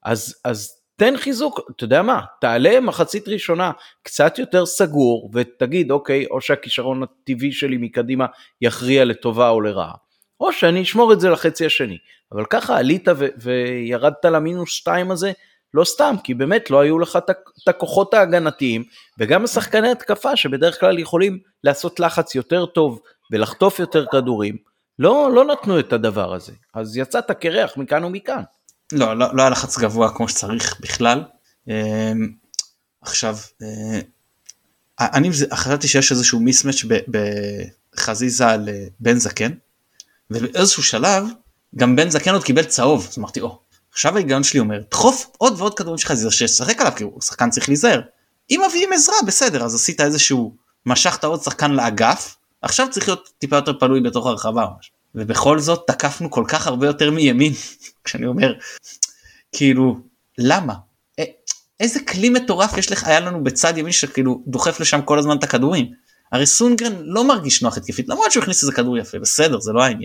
אז תן חיזוק, אתה יודע מה, תעלה מחצית ראשונה קצת יותר סגור, ותגיד אוקיי, או שהכישרון הטבעי שלי מקדימה יכריע לטובה או לרעה, או שאני אשמור את זה לחצי השני, אבל ככה עלית וירדת למינוס 2 הזה, לא סתם, כי באמת לא היו לך את הכוחות ההגנתיים, וגם השחקני התקפה שבדרך כלל יכולים לעשות לחץ יותר טוב, ולחטוף יותר כדורים, לא נתנו את הדבר הזה, אז יצאת קרח מכאן ומכאן. לא היה לחץ גבוה כמו שצריך בכלל. עכשיו, אני חשבתי שיש איזשהו מיסמץ' בחזיזה לבן זקן, ובאיזשהו שלב, גם בן זקן עוד קיבל צהוב, אז אמרתי, עכשיו ההיגיון שלי אומר, דחוף עוד ועוד כדורים של חזיזה, ששחק עליו, כי הוא שחקן צריך להיזהר. אם מביאים עזרה, בסדר, אז עשית איזשהו, משכת עוד שחקן לאגף, עכשיו צריך להיות טיפה יותר פלוי בתוך הרחבה, ובכל זאת תקפנו כל כך הרבה יותר מימין, כשאני אומר, כאילו, למה? איזה כלי מטורף יש לך, היה לנו בצד ימין שכאילו דוחף לשם כל הזמן את הכדורים, הרי סונגרן לא מרגיש נוח התקפית, למרות שהוא הכניס איזה כדור יפה, בסדר, זה לא העניין,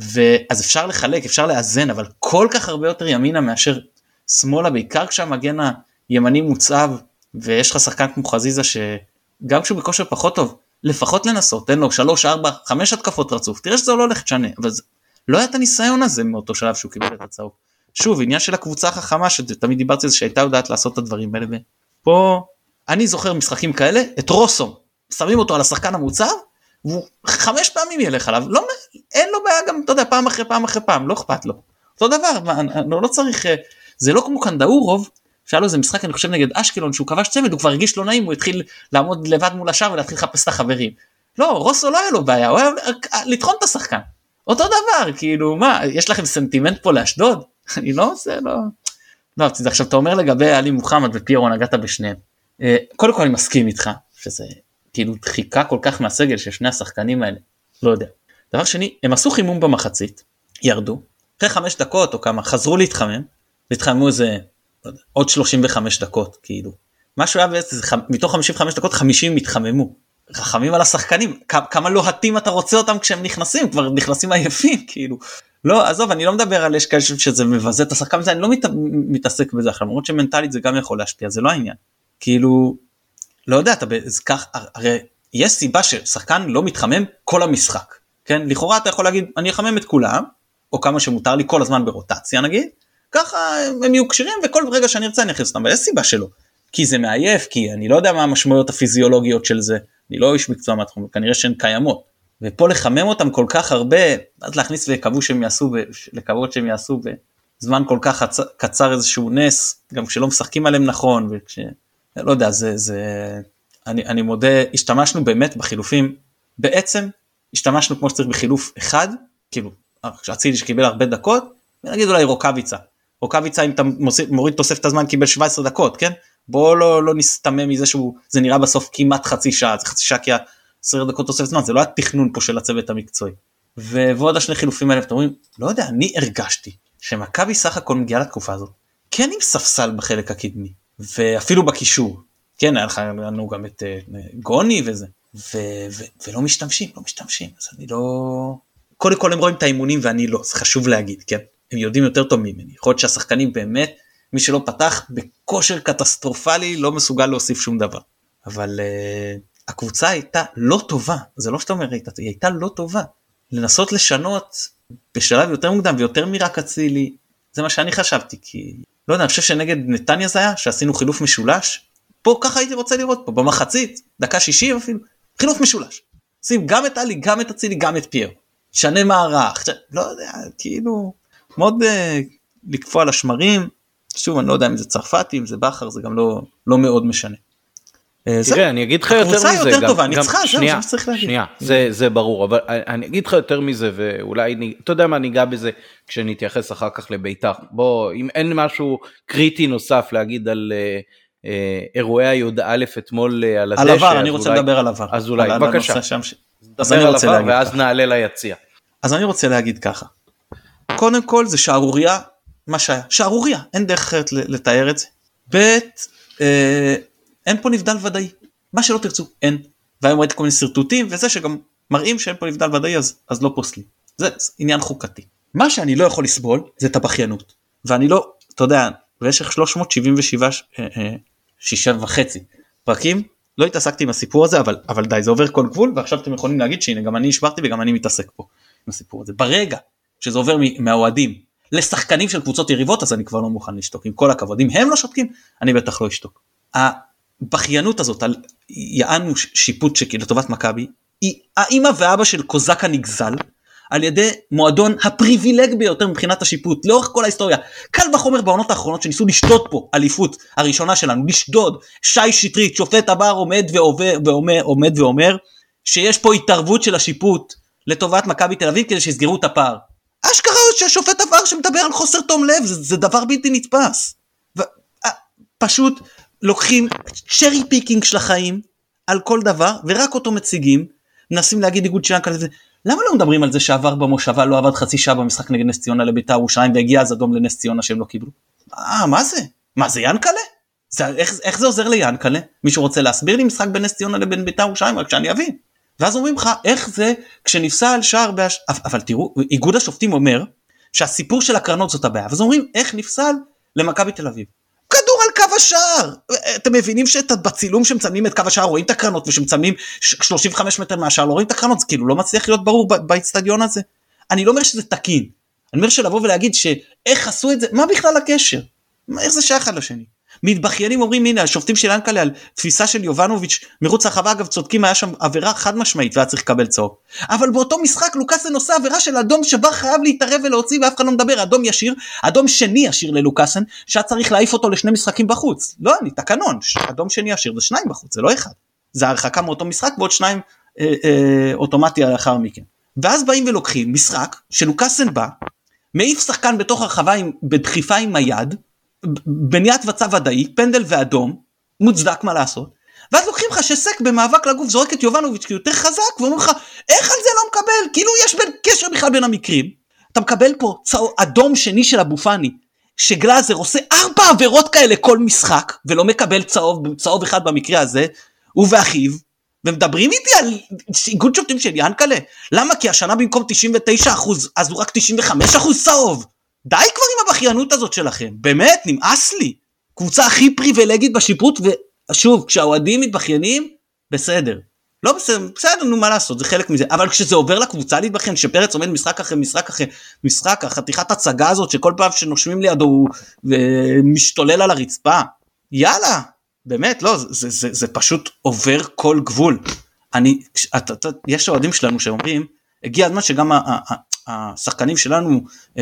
אז אפשר לחלק, אפשר לאזן, אבל כל כך הרבה יותר ימינה מאשר שמאלה, בעיקר כשהמגן הימני מוצב, ויש לך שחקן כמו חזיזה, שגם כשהוא בכושר פחות טוב, לפחות לנסות, תן לו 3, 4, 5 התקפות רצוף, תראה שזה לא הולך תשנה, אבל לא היה את הניסיון הזה מאותו שלב שהוא קיבל את הצהוב. שוב, עניין של הקבוצה החכמה, שתמיד דיברתי על זה, שהייתה יודעת לעשות את הדברים האלה, ופה, אני זוכר משחקים כאלה, את רוסו, שמים אותו על השחקן המוצב, והוא 5 פעמים ילך עליו, לא, אין לו בעיה גם, אתה יודע, פעם אחרי פעם אחרי פעם, לא אכפת לו. אותו דבר, לא צריך, זה לא כמו קנדאורוב, שהיה לו איזה משחק, אני חושב נגד אשקלון, שהוא כבש צמד, הוא כבר הרגיש לא נעים, הוא התחיל לעמוד לבד מול השאר, ולהתחיל לחפש את החברים. לא, רוסו לא היה לו בעיה, הוא היה לטחון את השחקן. אותו דבר, כאילו, מה, יש לכם סנטימנט פה לאשדוד? אני לא עושה, לא. לא, עכשיו אתה אומר לגבי עלי מוחמד ופיירו, נגעת בשניהם. קודם כל אני מסכים איתך, שזה כאילו דחיקה כל כך מהסגל של שני השחקנים האלה, לא יודע. דבר שני, הם עשו חימום במחצית, ירדו, אחרי 5 דקות או כמה, חזרו להתחמם, והתחממו איזה, לא יודע, עוד 35 דקות, כאילו. משהו היה בעצם, מתוך 55 דקות, 50 התחממו. רחמים על השחקנים, כמה לוהטים אתה רוצה אותם כשהם נכנסים, כבר נכנסים עייפים, כאילו. לא, עזוב, אני לא מדבר על יש כאלה שזה מבזה את השחקן, אני לא מתעסק בזה אחרי, למרות שמנטלית זה גם יכול להשפיע, זה לא העניין. כאילו, לא יודע, הרי יש סיבה ששחקן לא מתחמם כל המשחק, כן? לכאורה אתה יכול להגיד, אני אחמם את כולם, או כמה שמותר לי כל הזמן ברוטציה נגיד, ככה הם יהיו קשירים, וכל רגע שאני ארצה אני אכניס אותם, אבל יש סיבה שלא, כי זה מעייף, כי אני לא יודע מה המשמעויות הפיזיולוגיות של זה, אני לא איש מקצוע מהתחום, כנראה שהן קיימות, ופה לחמם אותם כל כך הרבה, אז להכניס ולקוות שהם יעשו, בזמן כל כך קצר איזשהו נס, גם כשלא משחקים עליהם נכון, לא יודע, אני מודה, השתמשנו באמת בחילופים, בעצם השתמשנו כמו שצריך בחילוף אחד, כאילו, אצילי שקיבל הרבה דקות, ונגיד אולי רוקביצה, אם אתה מוריד תוספת הזמן, קיבל 17 דקות, כן? בוא לא נסתמם מזה זה נראה בסוף כמעט חצי שעה, זה חצי שעה כי 10 דקות תוספת זמן, זה לא התכנון פה של הצוות המקצועי. ועוד השני חילופים האלה, אתם אומרים, לא יודע, אני הרגשתי שמכבי סך הכל מגיעה לתקופה הזאת, כן עם ספסל בחלק הקדמי, ואפילו בקישור, כן, היה לנו גם את גוני וזה, ולא משתמשים, אז אני לא... קודם כל הם רואים את האימונים ואני לא, זה חשוב להגיד, כן? הם יודעים יותר טוב ממני, יכול להיות שהשחקנים באמת, מי שלא פתח בכושר קטסטרופלי, לא מסוגל להוסיף שום דבר. אבל הקבוצה הייתה לא טובה, זה לא שאתה אומר, היא הייתה לא טובה. לנסות לשנות בשלב יותר מוקדם ויותר מרק אצילי, זה מה שאני חשבתי, כי לא יודע, אני חושב שנגד נתניה זה היה, שעשינו חילוף משולש, פה ככה הייתי רוצה לראות פה, במחצית, דקה 60 אפילו, חילוף משולש. שים גם את עלי, גם את אצילי, גם את פייר. שנה מערך, לא יודע, כאילו, מאוד לקפוא על השמרים, שוב, אני לא יודע אם זה צרפתי, אם זה בחר, זה גם לא מאוד משנה. תראה, אני אגיד לך יותר מזה. הקבוצה יותר טובה, ניצחה, זה מה שצריך להגיד. שנייה, זה ברור, אבל אני אגיד לך יותר מזה, ואולי, אתה יודע מה, ניגע בזה, כשנתייחס אחר כך לביתר. בוא, אם אין משהו קריטי נוסף להגיד על אירועי הי"א אתמול על הדשא. על עבר, אני רוצה לדבר על עבר. אז אולי, בבקשה. אז אני רוצה להגיד ואז נעלה ליציע. אז אני רוצה להגיד ככה. קודם כל זה שערוריה, מה שהיה, שערוריה, אין דרך אחרת לתאר את זה. אין פה נבדל ודאי, מה שלא תרצו, אין. והיום ראיתי כל מיני סרטוטים, וזה שגם מראים שאין פה נבדל ודאי, אז לא פוסלים. זה עניין חוקתי. מה שאני לא יכול לסבול, זה את הבכיינות. ואני לא, אתה יודע, במשך 377, 6.5 פרקים, לא התעסקתי עם הסיפור הזה, אבל די, זה עובר כל גבול, ועכשיו אתם יכולים להגיד שהנה, גם אני השברתי וגם אני מתעסק פה עם הסיפור הזה. ברגע שזה עובר מהאוהדים לשחקנים של קבוצות יריבות, אז אני כבר לא מוכן לשתוק. עם כל הכבוד, אם הם לא שותקים, אני בטח לא אשתוק. הבכיינות הזאת, על יענו שיפוט שכי לטובת מכבי, היא האמא ואבא של קוזק הנגזל, על ידי מועדון הפריבילג ביותר מבחינת השיפוט, לאורך כל ההיסטוריה. קל וחומר בעונות האחרונות שניסו לשדוד פה, אליפות הראשונה שלנו, לשדוד, שי שטרית, שופט הבר עומד ואומר, שיש פה התערבות של השיפוט, לטובת מכבי תל אביב, כדי שיסגרו את הפער. אשכרה שהשופט הבר שמדבר על חוסר תום לב, זה דבר בלתי נתפס. פשוט לוקחים צ'רי פיקינג של החיים, על כל דבר, ורק אותו מציגים, מנסים להגיד איגוד שלנו כזה, למה לא מדברים על זה שעבר במושבה, לא עבד חצי שעה במשחק נגד נס ציונה לביתר ירושלים, והגיע אז אדום לנס ציונה שהם לא קיבלו? מה זה? מה זה ינקלה? איך זה עוזר ליאנקלה? מישהו רוצה להסביר לי משחק בין נס ציונה לבין ביתר ירושלים, רק שאני אבין. ואז אומרים לך, איך זה כשנפסל שער, אבל תראו, איגוד השופטים אומר, שהסיפור של הקרנות זאת הבעיה, ואז אומרים, איך נפסל למכבי תל אביב? כדור על קו השער, אתם מבינים שבצילום שמצלמים את קו השער, רואים את הקרנות, ושמצלמים 35 מטר מהשער, לא רואים את הקרנות, זה כאילו לא מצליח להיות ברור באצטדיון הזה. אני לא אומר שזה תקין, אני אומר שלבוא ולהגיד שאיך עשו את זה, מה בכלל הקשר? איך זה שייך אחד לשני? מתבחיינים אומרים, הנה, השופטים של ינקלה על תפיסה של יובנוביץ' מחוץ לרחבה, אגב צודקים, היה שם עבירה חד משמעית, והיה צריך לקבל צהוב. אבל באותו משחק לוקאסן עושה עבירה של אדום שבה חייב להתערב ולהוציא, ואף אחד לא מדבר, אדום ישיר, אדום שני ישיר ללוקאסן, שהיה צריך להעיף אותו לשני משחקים בחוץ. לא, אני, תקנון, אדום שני ישיר, זה 2 בחוץ, זה לא 1. זה הרחקה מאותו משחק, ועוד 2 אוטומטי לאחר מכן. ואז באים ולוקחים משחק שלוקאסן בא, מעיף שחקן בתוך הרחבה בדחיפה עם היד, בניית וצא ודאי, פנדל ואדום, מוצדק מה לעשות, ואז לוקחים לך שסק במאבק לגוף, זורק את יובנוביץ' כי יותר חזק, ואומרים לך, איך על זה לא מקבל? כאילו יש קשר בכלל בין המקרים, אתה מקבל פה אדום שני של אבו-פאני, שגלאזר עושה 4 עבירות כאלה כל משחק, ולא מקבל צהוב אחד במקרה הזה, הוא ואחיו, ומדברים איתי על איגוד שופטים של ינקלה, למה? כי השנה במקום 99%, אז הוא רק 95% צהוב, די כבר עם הבחיינות הזאת שלכם, באמת, נמאס לי, קבוצה הכי פריבילגית בשיפוט, ושוב, כשהאוהדים מתבחיינים, בסדר, לא בסדר, בסדר, נו מה לעשות, זה חלק מזה, אבל כשזה עובר לקבוצה להתבחיין, שפרץ עומד משחק אחרי משחק אחרי משחק, החתיכת הצגה הזאת, שכל פעם שנושמים לידו, הוא משתולל על הרצפה, יאללה, באמת, לא, זה פשוט עובר כל גבול, יש אוהדים שלנו שאומרים, הגיע הזמן שגם השחקנים שלנו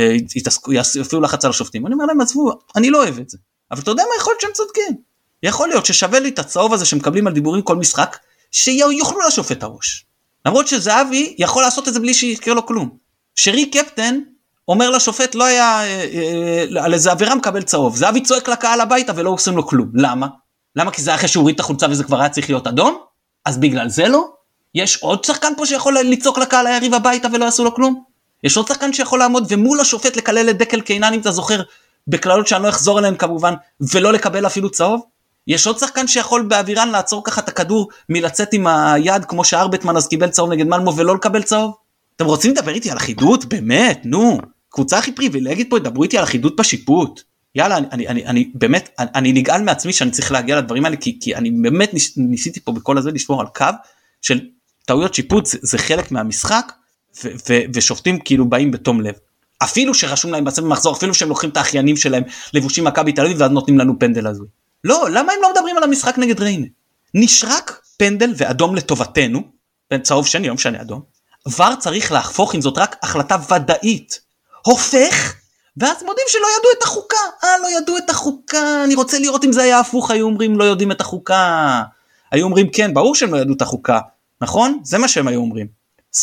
יפעילו לחץ על השופטים, אני אומר להם, עזבו, אני לא אוהב את זה, אבל אתה יודע מה, יכול להיות שהם צודקים, יכול להיות ששווה לי את הצהוב הזה שמקבלים על דיבורים כל משחק, שיוכלו לשופט את הראש, למרות שזהבי יכול לעשות את זה בלי שיקרה לו כלום, שרי קפטן אומר לשופט לא היה, על איזה עבירה מקבל צהוב, זהבי צועק לקהל הביתה ולא עושים לו כלום, למה? למה? כי זה אחרי שהוא הוריד את החולצה וזה כבר היה צריך להיות אדום? אז בגלל זה לא? יש עוד שחקן פה שיכול לצעוק לקהל היריב הביתה ולא יעשו לו כלום? יש עוד שחקן שיכול לעמוד ומול השופט לקלל את דקל קיינן, אם אתה זוכר, בכללות שאני לא אחזור אליהן כמובן, ולא לקבל אפילו צהוב? יש עוד שחקן שיכול באווירן לעצור ככה את הכדור מלצאת עם היד, כמו שארבטמן אז קיבל צהוב נגד מלמו ולא לקבל צהוב? אתם רוצים לדבר איתי על אחידות? באמת, נו. קבוצה הכי פריבילגית פה, דברו איתי על אחידות בשיפוט. יאללה, אני באמת, אני נגעל מעצמי שאני צריך להגיע לדברים האלה, כי אני באמת ניסיתי פה בכל הזה לשמור על קו, של טעויות שיפוט, זה חלק מהמשחק, ושופטים כאילו באים בתום לב. אפילו שרשום להם בסבב מחזור, אפילו שהם לוקחים את האחיינים שלהם, לבושים מכבי תל אביב, ואז נותנים לנו פנדל הזוי. לא, למה הם לא מדברים על המשחק נגד ריינה? נשרק פנדל ואדום לטובתנו, צהוב שני, יום שני אדום, כבר צריך להפוך אם זאת רק החלטה ודאית. הופך, ואז מודים שלא ידעו את החוקה. לא ידעו את החוקה, אני רוצה לראות אם זה היה הפוך, היו אומרים לא יודעים את החוקה. היו אומרים כן, ברור שהם לא ידעו את החוקה, נכון? זה מה שהם היו אומרים.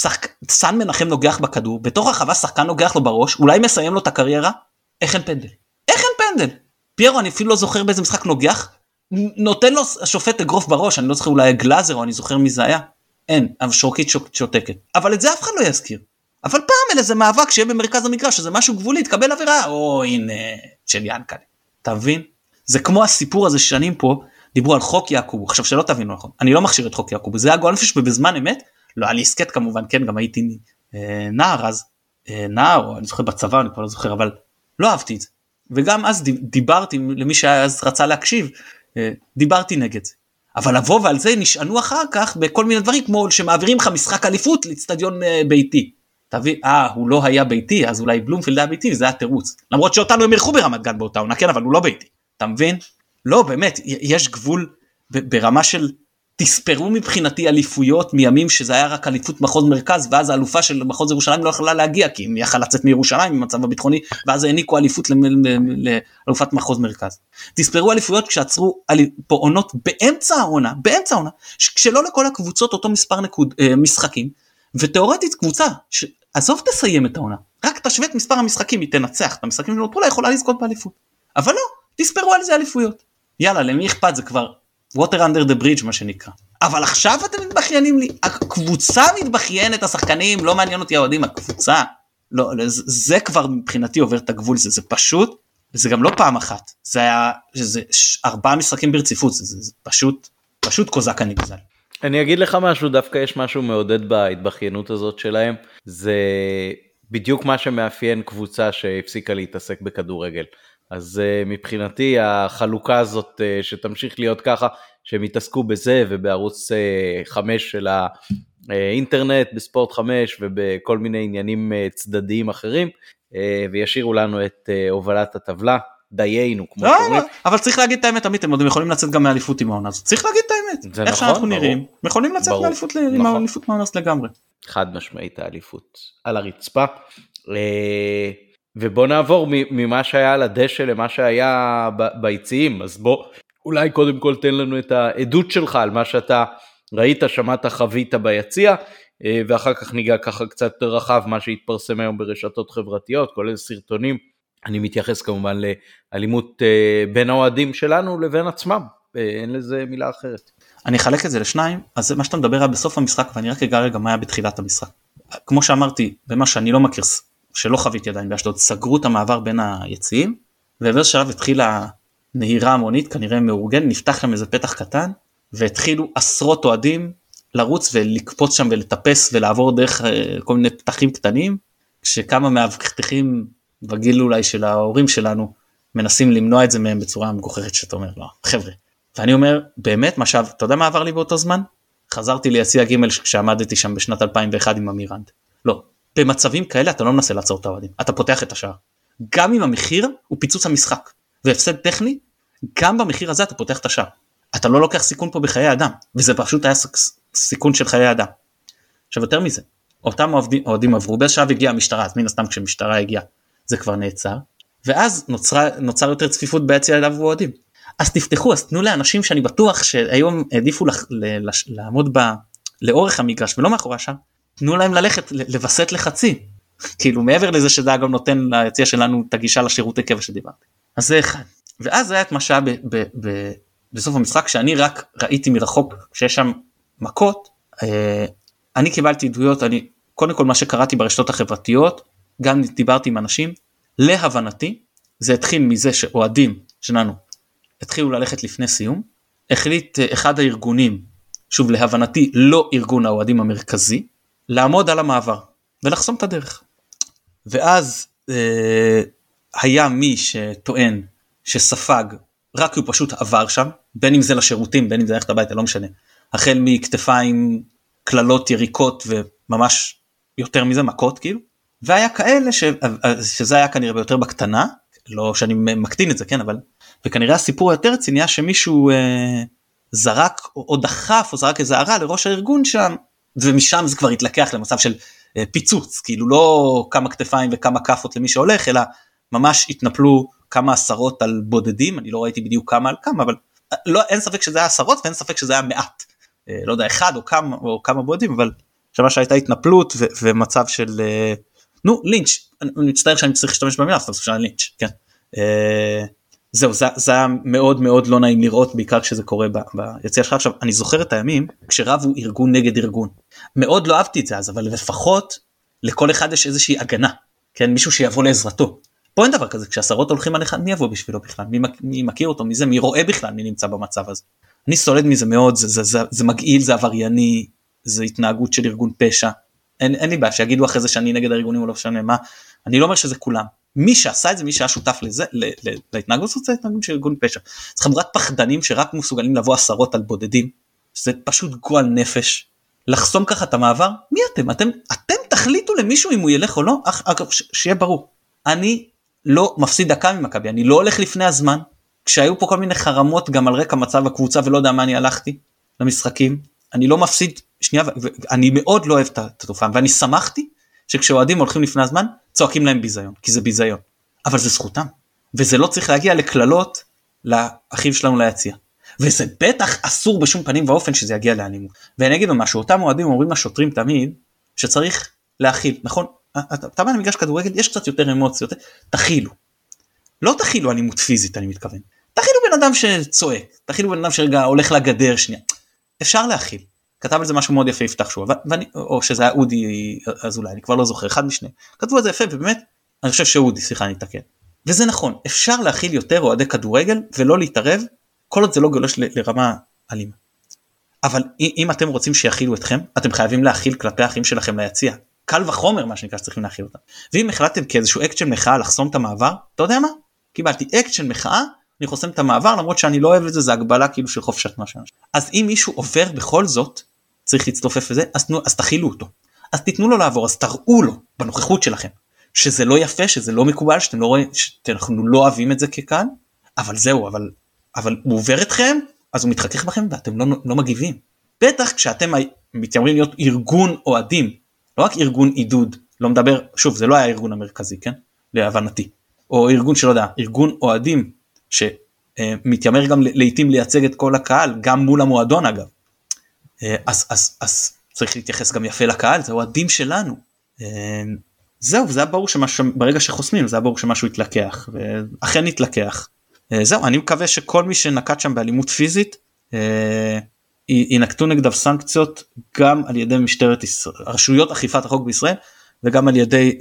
סן מנחם נוגח בכדור, בתוך הרחבה שחקן נוגח לו בראש, אולי מסיים לו את הקריירה, איך אין פנדל? איך אין פנדל? פיירו, אני אפילו לא זוכר באיזה משחק נוגח, נותן לו השופט אגרוף בראש, אני לא זוכר אולי גלאזר, או אני זוכר מי זה היה. אין, אבל שורקית שותקת. אבל את זה אף אחד לא יזכיר. אבל פעם אלה זה מאבק שיהיה במרכז המגרש, שזה משהו גבולי, תקבל עבירה, הנה, של ינקלה. אתה מבין? זה כמו הסיפור הזה ששנים פה, דיברו על חוק יעקוב, עכשיו שלא תבינו נכון, אני לא מכשיר את חוק יעקוב, זה היה גול נפש ובזמן אמת, לא היה לי עסקת כמובן, כן, גם הייתי נער אז, נער, או אני זוכר בצבא, אני כבר לא זוכר, אבל לא אהבתי את זה. וגם אז דיברתי, למי שאז רצה להקשיב, דיברתי נגד זה. אבל לבוא ועל זה נשענו אחר כך, בכל מיני דברים, כמו שמעבירים לך משחק אליפות, לאצטדיון ביתי. תבין, הוא לא היה ביתי, אז אולי בלומפילד היה ביתי, וזה היה תירוץ. למרות שאותנו הם ירחו ברמת גן באותה עונה, כן, אבל הוא לא ביתי. אתה מבין? לא, באמת, יש גבול ברמה של, תספרו מבחינתי אליפויות מימים שזה היה רק אליפות מחוז מרכז, ואז האלופה של מחוז ירושלים לא יכולה להגיע, כי היא יכלה לצאת מירושלים במצב הביטחוני, ואז העניקו אליפות לאלופת מחוז מרכז. תספרו אליפויות כשעצרו פה עונות באמצע העונה, כשלא לכל הקבוצות אותו מספר משחקים, ותיאורטית קבוצה, עזוב תסיים את העונה, רק תשווה את מספר המשחקים, היא תנצח את המשחקים שנותרו לה, יכולה לזכות באליפות. אבל לא, תספרו על זה אליפויות. יאללה, למי אכפת? זה כבר water under the bridge, מה שנקרא. אבל עכשיו אתם מתבחיינים לי, הקבוצה מתבחיינת, השחקנים, לא מעניין אותי האוהדים, הקבוצה, לא, זה כבר מבחינתי עובר את הגבול, זה פשוט, וזה גם לא פעם אחת, זה היה, זה 4 משחקים ברציפות, זה פשוט קוזק הנגזל. אני אגיד לך משהו, דווקא יש משהו מעודד בהתבחיינות הזאת שלהם, זה בדיוק מה שמאפיין קבוצה שהפסיקה להתעסק בכדורגל. אז מבחינתי החלוקה הזאת שתמשיך להיות ככה, שהם יתעסקו בזה ובערוץ 5 של האינטרנט, בספורט 5 ובכל מיני עניינים צדדיים אחרים, וישאירו לנו את הובלת הטבלה, דיינו, כמו שאומרים. אבל צריך להגיד את האמת, עמית, הם יכולים לצאת גם מאליפות עם העונה הזאת, צריך להגיד את האמת, איך שאנחנו נראים, יכולים לצאת מאליפות מהעונה הזאת לגמרי. חד משמעית האליפות על הרצפה, ובוא נעבור ממה שהיה על הדשא למה שהיה ביציעים, אז בוא, אולי קודם כל תן לנו את העדות שלך על מה שאתה ראית, שמעת, חווית ביציע, ואחר כך ניגע ככה קצת יותר רחב, מה שהתפרסם היום ברשתות חברתיות, כולל סרטונים, אני מתייחס כמובן לאלימות בין האוהדים שלנו לבין עצמם, אין לזה מילה אחרת. אני אחלק את זה לשניים, אז מה שאתה מדבר היה בסוף המשחק, ואני רק אגע רגע מה היה בתחילת המשחק. כמו שאמרתי, במה שאני לא מכיר, שלא חוויתי עדיין באשדוד, סגרו את המעבר בין היציעים, ובאיזה שלב התחילה נהירה המונית, כנראה מאורגן, נפתח שם איזה פתח קטן, והתחילו עשרות אוהדים לרוץ ולקפוץ שם ולטפס ולעבור דרך כל מיני פתחים קטנים, כשכמה מאבטחים בגיל אולי של ההורים שלנו, מנסים למנוע את זה מהם בצורה מגוחכת שאתה אומר, לא, חבר'ה. ואני אומר, באמת, משהו, אתה יודע מה עבר לי באותו זמן? חזרתי ליציע ג' כשעמדתי שם בשנת 2001 עם אמירנד. לא, במצבים כאלה אתה לא מנסה לעצור את האוהדים, אתה פותח את השער. גם אם המחיר הוא פיצוץ המשחק, והפסד טכני, גם במחיר הזה אתה פותח את השער. אתה לא לוקח סיכון פה בחיי אדם, וזה פשוט היה סיכון של חיי אדם. עכשיו יותר מזה, אותם אוהדים עברו, באיזה שעה הגיעה המשטרה, אז מן הסתם כשמשטרה הגיעה, זה כבר נעצר, ואז נוצר יותר צפיפות ביציע אליו אוהדים. אז תפתחו, אז תנו לאנשים שאני בטוח שהיום העדיפו לעמוד לאורך המגרש ולא מאחורי השער, תנו להם ללכת לבסט לחצי, כאילו מעבר לזה שזה גם נותן ליציע שלנו את הגישה לשירותי קבע שדיברתי. אז זה אחד. ואז היה את מה שהיה בסוף המשחק, שאני רק ראיתי מרחוק שיש שם מכות, אני קיבלתי עדויות, קודם כל מה שקראתי ברשתות החברתיות, גם דיברתי עם אנשים, להבנתי, זה התחיל מזה שאוהדים שלנו, התחילו ללכת לפני סיום, החליט אחד הארגונים, שוב להבנתי לא ארגון האוהדים המרכזי, לעמוד על המעבר, ולחסום את הדרך. ואז היה מי שטוען שספג, רק הוא פשוט עבר שם, בין אם זה לשירותים, בין אם זה ללכת הביתה, לא משנה, החל מכתפיים, כללות, יריקות, וממש יותר מזה, מכות כאילו, והיה כאלה שזה היה כנראה ביותר בקטנה, לא שאני מקטין את זה, כן, אבל, וכנראה הסיפור היותר רציני היה שמישהו זרק או דחף או זרק איזה הערה לראש הארגון שם, ומשם זה כבר התלקח למצב של פיצוץ, כאילו לא כמה כתפיים וכמה כפות למי שהולך, אלא ממש התנפלו כמה עשרות על בודדים, אני לא ראיתי בדיוק כמה על כמה, אבל לא, אין ספק שזה היה עשרות ואין ספק שזה היה מעט, לא יודע, אחד או כמה בודדים, אבל שמה שהייתה התנפלות ומצב של, לינץ', אני מצטער שאני צריך להשתמש במילה, אז אפשר לינץ', כן. זהו, זה היה מאוד מאוד לא נעים לראות, בעיקר כשזה קורה ביציע שלך. עכשיו, אני זוכר את הימים, כשרבו ארגון נגד ארגון, מאוד לא אהבתי את זה אז, אבל לפחות לכל אחד יש איזושהי הגנה, כן, מישהו שיבוא לעזרתו. פה אין דבר כזה, כשעשרות הולכים על אחד, מי יבוא בשבילו בכלל, מי מכיר אותו, מי רואה בכלל, מי נמצא במצב הזה. אני סולד מזה מאוד, זה מגעיל, זה עברייני, זה התנהגות של ארגון פשע, אין לי בעיה, שיגידו אחרי זה שאני נגד הארגונים או לא משנה מה, אני לא אומר שזה כולם, מי שעשה את זה, מי שהיה שותף לזה, להתנהגות זאת, זה התנהגות של ארגון פשע, זה חבורת פחדנים שרק מסוגלים לבוא עשרות על בודדים, זה פשוט גועל נפש, לחסום ככה את המעבר, מי אתם תחליטו למישהו אם הוא ילך או לא, אגב, שיהיה ברור, אני לא מפסיד דקה ממכבי, אני לא הולך לפני הזמן, כשהיו פה כל מיני חרמות גם על רקע מצב הקבוצה, ולא יודע מה אני הלכתי למשחקים, אני לא מפסיד, שנייה, ואני מאוד לא אוהב את התופעה, ואני שמחתי שכשאוהדים הולכים לפני הזמן, צועקים להם ביזיון, כי זה ביזיון, אבל זה זכותם, וזה לא צריך להגיע לכללות לאחיו שלנו ליציע, וזה בטח אסור בשום פנים ואופן שזה יגיע לאלימות, ואני אגיד משהו, אותם אוהדים אומרים לשוטרים תמיד, שצריך להכיל, נכון? אתה בא למגרש כדורגל, יש קצת יותר אמוציות, תכילו, לא תכילו אלימות פיזית, אני מתכוון, תכילו בן אדם שצועק, תכילו בן אדם שרגע הולך לגדר שנייה, אפשר להכיל, כתב על זה משהו מאוד יפה יפתח שואה, או שזה היה אודי, אז אולי, אני כבר לא זוכר, אחד משני, כתבו על זה יפה, ובאמת, אני חושב שאודי, סליחה, אני אתקן, וזה נכון, אפשר להכיל יותר אוהדי כדורגל, ולא להתערב, כל עוד זה לא גולש לרמה אלימה, אבל אם אתם רוצים שיכילו אתכם, אתם חייבים להכיל כלפי האחים שלכם ליציע. קל וחומר מה שנקרא שצריכים להכיל אותם. ואם החלטתם כאיזשהו אקט של מחאה לחסום את המעבר, אתה יודע מה? קיבלתי אקט של מחאה, אני חוסם את המעבר, למרות שאני לא אוהב את זה, זה הגבלה כאילו של חופשת משהו. אז אם מישהו עובר בכל זאת, צריך להצטופף לזה, אז תכילו אותו. אז תיתנו לו לעבור, אז תראו לו בנוכחות שלכם, שזה לא יפה, שזה לא מקובל, שאתם לא רואים, שאנחנו לא אוהבים את זה כקהל, אבל זהו, אבל הוא עובר אתכם, אז הוא מתחכך בכם ואתם לא מגיבים. בטח כשאתם מתיימרים להיות ארגון אוהדים, לא רק ארגון עידוד, לא מדבר, שוב, זה לא היה הארגון המרכזי, כן? להבנתי. או ארגון שלא יודע, ארגון אוהדים, שמתיימר גם לעתים לייצג את כל הקהל, גם מול המועדון אגב. אז צריך להתייחס גם יפה לקהל, זה אוהדים שלנו. זהו, זה היה ברור שברגע שחוסמים, זה היה ברור שמשהו יתלקח, ואכן יתלקח. זהו, אני מקווה שכל מי שנקט שם באלימות פיזית, ינקטו נגדיו סנקציות, גם על ידי משטרת ישראל, רשויות אכיפת החוק בישראל, וגם על ידי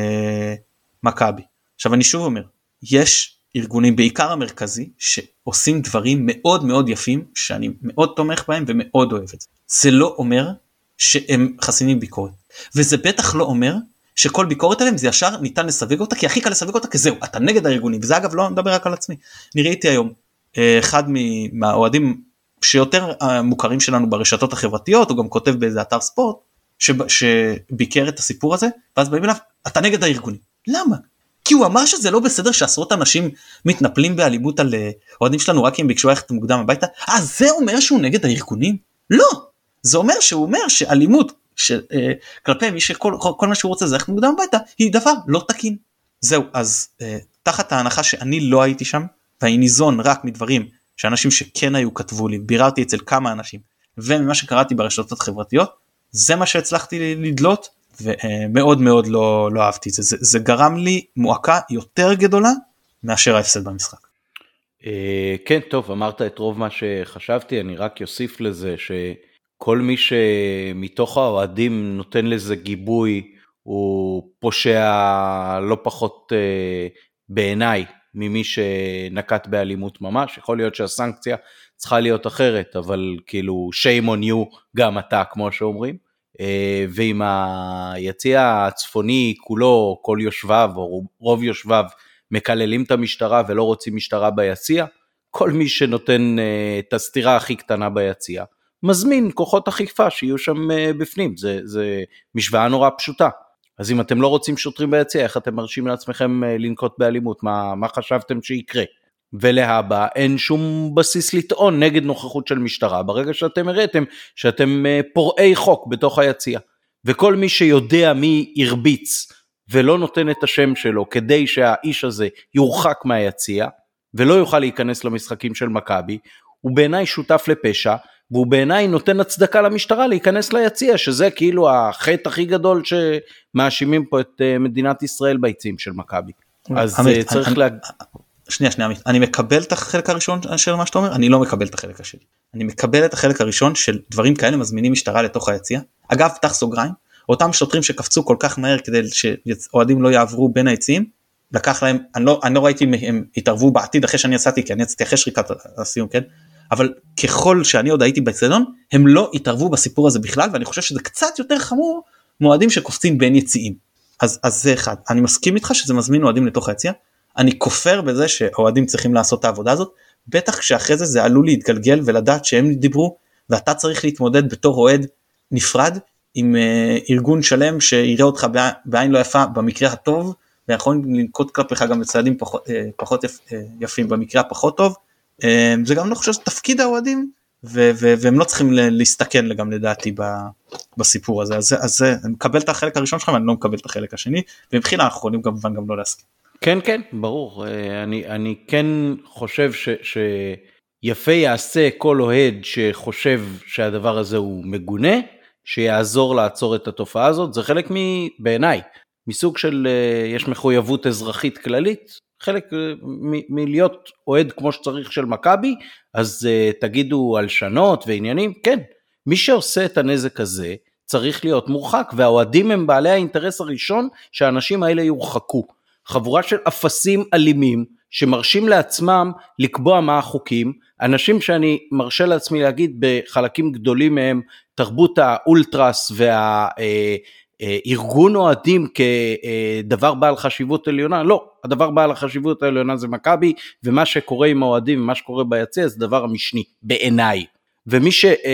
מכבי. עכשיו אני שוב אומר, יש ארגונים, בעיקר המרכזי, שעושים דברים מאוד מאוד יפים, שאני מאוד תומך בהם ומאוד אוהב את זה. זה לא אומר שהם חסינים ביקורת, וזה בטח לא אומר שכל ביקורת עליהם זה ישר ניתן לסווג אותה, כי הכי קל לסווג אותה כזהו, אתה נגד הארגונים, וזה אגב לא מדבר רק על עצמי. אני ראיתי היום, אחד מהאוהדים שיותר מוכרים שלנו ברשתות החברתיות, הוא גם כותב באיזה אתר ספורט, שביקר את הסיפור הזה, ואז באים אליו, אתה נגד הארגונים. למה? כי הוא אמר שזה לא בסדר שעשרות אנשים מתנפלים באלימות על אוהדים שלנו, רק אם ביקשו ללכת מוקדם הביתה. זה אומר שהוא נגד הארגונים? לא! זה אומר שהוא אומר שאלימות כלפי מי שכל מה שהוא רוצה זה ללכת מוקדם הביתה, היא דבר לא תקין. זהו, אז תחת ההנחה שאני לא הייתי שם, והיא ניזון רק מדברים שאנשים שכן היו כתבו לי, ביררתי אצל כמה אנשים, וממה שקראתי ברשתות חברתיות, זה מה שהצלחתי לדלות, ומאוד מאוד לא אהבתי את זה. זה גרם לי מועקה יותר גדולה, מאשר ההפסד במשחק. כן, טוב, אמרת את רוב מה שחשבתי, אני רק יוסיף לזה שכל מי שמתוך האוהדים נותן לזה גיבוי, הוא פושע לא פחות בעיניי, ממי שנקט באלימות ממש. יכול להיות שהסנקציה צריכה להיות אחרת, אבל כאילו shame on you גם אתה, כמו שאומרים. ועם היציע הצפוני כולו, כל יושביו או רוב יושביו מקללים את המשטרה ולא רוצים משטרה ביציע, כל מי שנותן את הסתירה הכי קטנה ביציע, מזמין כוחות אכיפה שיהיו שם בפנים. זה משוואה נורא פשוטה. אז אם אתם לא רוצים שוטרים ביציע, איך אתם מרשים לעצמכם לנקוט באלימות? מה חשבתם שיקרה? ולהבא אין שום בסיס לטעון נגד נוכחות של משטרה, ברגע שאתם הראיתם שאתם פורעי חוק בתוך היציע. וכל מי שיודע מי ירביץ ולא נותן את השם שלו, כדי שהאיש הזה יורחק מהיציע, ולא יוכל להיכנס למשחקים של מכבי, הוא בעיניי שותף לפשע, והוא בעיניי נותן הצדקה למשטרה להיכנס ליציע, שזה כאילו החטא הכי גדול שמאשימים פה את מדינת ישראל ביציעים של מכבי. אז צריך שנייה, אני מקבל את החלק הראשון של מה שאתה אומר, אני לא מקבל את החלק השני. אני מקבל את החלק הראשון של דברים כאלה מזמינים משטרה לתוך היציע. אגב, פתח סוגריים, אותם שוטרים שקפצו כל כך מהר כדי שאוהדים לא יעברו בין היציעים, לקח להם, אני לא ראיתי הם התערבו בעתיד אחרי שאני יצאתי, כי אני יצאתי אחרי שריקת הסיום, כן? אבל ככל שאני עוד הייתי באצטדיון, הם לא התערבו בסיפור הזה בכלל, ואני חושב שזה קצת יותר חמור מועדים שקופצים בין יציעים. אז זה אחד. אני מסכים איתך שזה מזמין אוהדים לתוך היציע. אני כופר בזה שהאוהדים צריכים לעשות את העבודה הזאת, בטח כשאחרי זה עלול להתגלגל ולדעת שהם דיברו, ואתה צריך להתמודד בתור אוהד נפרד עם ארגון שלם שיראה אותך בעין לא יפה במקרה הטוב, ויכול לנקוט כלפיך גם בצעדים פחות יפים במקרה הפחות טוב. זה גם לא חושב שתפקיד האוהדים, והם לא צריכים להסתכן גם לדעתי בסיפור הזה. אז אני מקבל את החלק הראשון שלך, ואני לא מקבל את החלק השני, ומבחינה אנחנו יכולים כמובן גם לא להסכים. כן, כן, ברור. אני כן חושב שיפה יעשה כל אוהד שחושב שהדבר הזה הוא מגונה, שיעזור לעצור את התופעה הזאת. זה חלק בעיניי, מסוג של יש מחויבות אזרחית כללית, חלק מלהיות אוהד כמו שצריך של מכבי, אז תגידו על שנות ועניינים, כן, מי שעושה את הנזק הזה צריך להיות מורחק, והאוהדים הם בעלי האינטרס הראשון שהאנשים האלה יורחקו. חבורה של אפסים אלימים שמרשים לעצמם לקבוע מה החוקים, אנשים שאני מרשה לעצמי להגיד בחלקים גדולים מהם, תרבות האולטרס והארגון אוהדים כדבר בעל חשיבות עליונה, לא, הדבר בעל החשיבות העליונה זה מכבי, ומה שקורה עם האוהדים ומה שקורה ביציע זה דבר המשני, בעיניי. ומי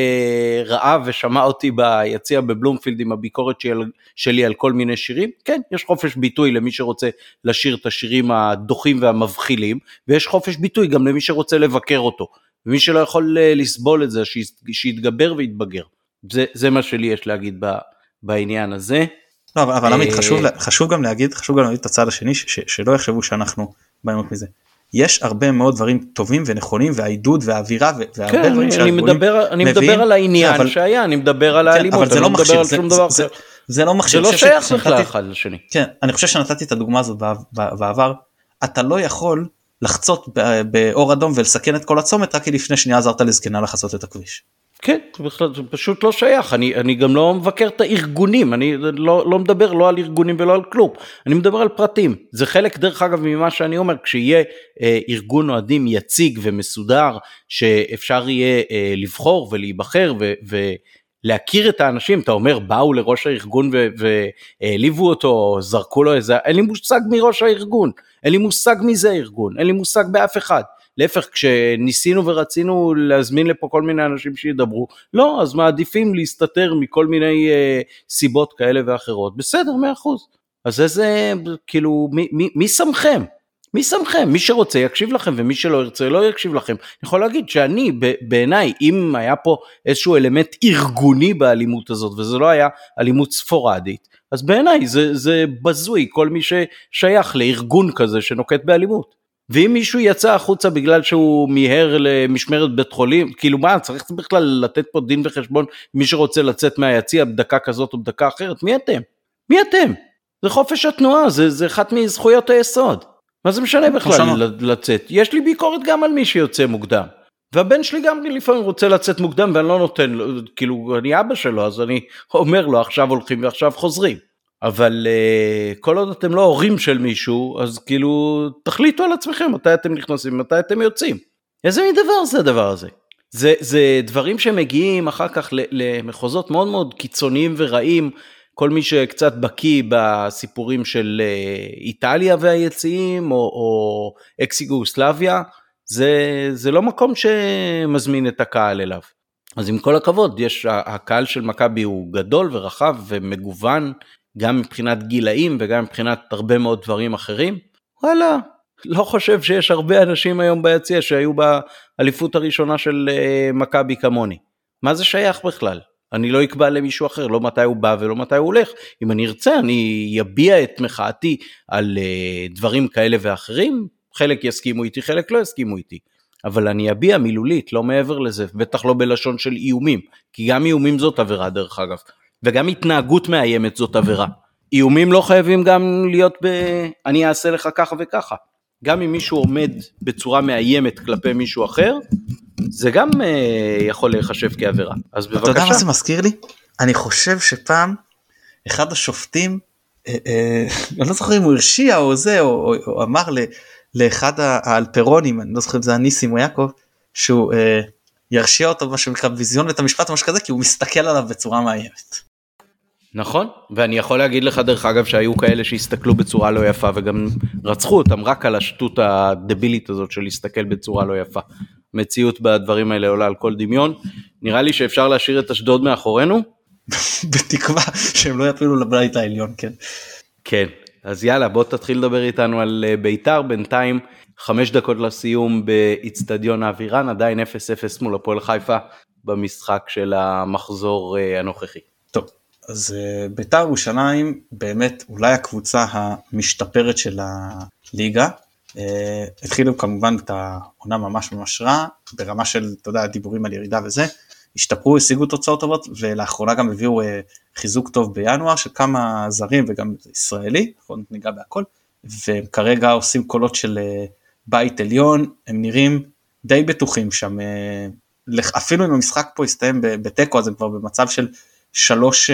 שראה ושמע אותי ביציע בבלומפילד עם הביקורת שלי על כל מיני שירים, כן, יש חופש ביטוי למי שרוצה לשיר את השירים הדוחים והמבחילים, ויש חופש ביטוי גם למי שרוצה לבקר אותו, ומי שלא יכול לסבול את זה, שיתגבר ויתבגר. זה מה שלי יש להגיד בעניין הזה. לא, אבל עמית, חשוב גם להגיד את הצד השני, שלא יחשבו שאנחנו בעימות מזה. יש הרבה מאוד דברים טובים ונכונים, והעידוד והאווירה, והרבה דברים שהארגונים מביאים. אני מדבר על העניין שהיה, אני מדבר על האלימות, אני לא מדבר על שום דבר אחר. זה לא מכשיר. זה לא שייך בכלל אחד לשני. כן, אני חושב שנתתי את הדוגמה הזאת בעבר, אתה לא יכול לחצות באור אדום ולסכן את כל הצומת, רק כי לפני שנייה עזרת לזקנה לחצות את הכביש. כן, זה פשוט לא שייך, אני גם לא מבקר את הארגונים, אני לא מדבר לא על ארגונים ולא על כלום, אני מדבר על פרטים, זה חלק דרך אגב ממה שאני אומר, כשיהיה ארגון אוהדים יציג ומסודר, שאפשר יהיה לבחור ולהיבחר ולהכיר את האנשים, אתה אומר באו לראש הארגון והעליבו אותו, זרקו לו איזה, אין לי מושג מראש הארגון, אין לי מושג מזה ארגון, אין לי מושג באף אחד, להפך, כשניסינו ורצינו להזמין לפה כל מיני אנשים שידברו, לא, אז מעדיפים להסתתר מכל מיני סיבות כאלה ואחרות, בסדר, 100%. אז איזה, כאילו, מי שמכם? מי שמכם? מי שרוצה יקשיב לכם, ומי שלא ירצה לא יקשיב לכם. אני יכול להגיד שאני, בעיניי, אם היה פה איזשהו אלמנט ארגוני באלימות הזאת, וזה לא היה אלימות ספורדית, אז בעיניי זה בזוי, כל מי ששייך לארגון כזה שנוקט באלימות. ואם מישהו יצא החוצה בגלל שהוא מיהר למשמרת בית חולים, כאילו מה, צריך בכלל לתת פה דין וחשבון, מי שרוצה לצאת מהיציע בדקה כזאת או בדקה אחרת, מי אתם? מי אתם? זה חופש התנועה, זה אחת מזכויות היסוד. מה זה משנה בכלל לצאת? יש לי ביקורת גם על מי שיוצא מוקדם. והבן שלי גם לפעמים רוצה לצאת מוקדם, ואני לא נותן לו, כאילו אני אבא שלו, אז אני אומר לו, עכשיו הולכים ועכשיו חוזרים. אבל כל עוד אתם לא הורים של מישהו, אז כאילו תחליטו על עצמכם, מתי אתם נכנסים, מתי אתם יוצאים. איזה מדבר זה הדבר הזה? זה דברים שמגיעים אחר כך למחוזות מאוד מאוד קיצוניים ורעים, כל מי שקצת בקיא בסיפורים של איטליה והיציאים, או אקס-יוגוסלביה, זה לא מקום שמזמין את הקהל אליו. אז עם כל הכבוד, הקהל של מכבי הוא גדול ורחב ומגוון, גם מבחינת גילאים וגם מבחינת הרבה מאוד דברים אחרים. וואלה, לא חושב שיש הרבה אנשים היום ביציע שהיו באליפות הראשונה של מכבי כמוני. מה זה שייך בכלל? אני לא אקבע למישהו אחר, לא מתי הוא בא ולא מתי הוא הולך. אם אני ארצה, אני יביע את מחאתי על דברים כאלה ואחרים. חלק יסכימו איתי, חלק לא יסכימו איתי. אבל אני אביע מילולית, לא מעבר לזה, בטח לא בלשון של איומים. כי גם איומים זאת עבירה דרך אגב. וגם התנהגות מאיימת זאת עבירה. איומים לא חייבים גם להיות אני אעשה לך ככה וככה. גם אם מישהו עומד בצורה מאיימת כלפי מישהו אחר, זה גם יכול להיחשב כעבירה. אז בבקשה. אתה יודע מה זה מזכיר לי? אני חושב שפעם, אחד השופטים, אני לא זוכר אם הוא הרשיע או זה, או אמר לאחד האלפרונים, אני לא זוכר אם זה הניסים או יעקב, שהוא ירשיע אותו מה שנקרא ויזיון את המשפט או משהו כזה, כי הוא מסתכל עליו בצורה מאיימת. נכון, ואני יכול להגיד לך דרך אגב שהיו כאלה שהסתכלו בצורה לא יפה, וגם רצחו אותם רק על השטות הדבילית הזאת של להסתכל בצורה לא יפה. מציאות בדברים האלה עולה על כל דמיון. נראה לי שאפשר להשאיר את אשדוד מאחורינו. בתקווה שהם לא יפילו לבית העליון, כן. כן, אז יאללה, בוא תתחיל לדבר איתנו על ביתר, בינתיים 5 דקות לסיום באצטדיון האווירן, עדיין 0-0 מול הפועל חיפה במשחק של המחזור הנוכחי. טוב, אז ביתר ירושלים באמת אולי הקבוצה המשתפרת של הליגה, התחילו כמובן את העונה ממש ממש רע, ברמה של, אתה יודע, דיבורים על ירידה וזה, השתפרו, השיגו תוצאות טובות, ולאחרונה גם הביאו חיזוק טוב בינואר, של כמה זרים וגם ישראלי, נכון, ניגע בהכל, והם כרגע עושים קולות של בית עליון, הם נראים די בטוחים שם, אפילו אם המשחק פה יסתיים בטקו, אז הם כבר במצב של 3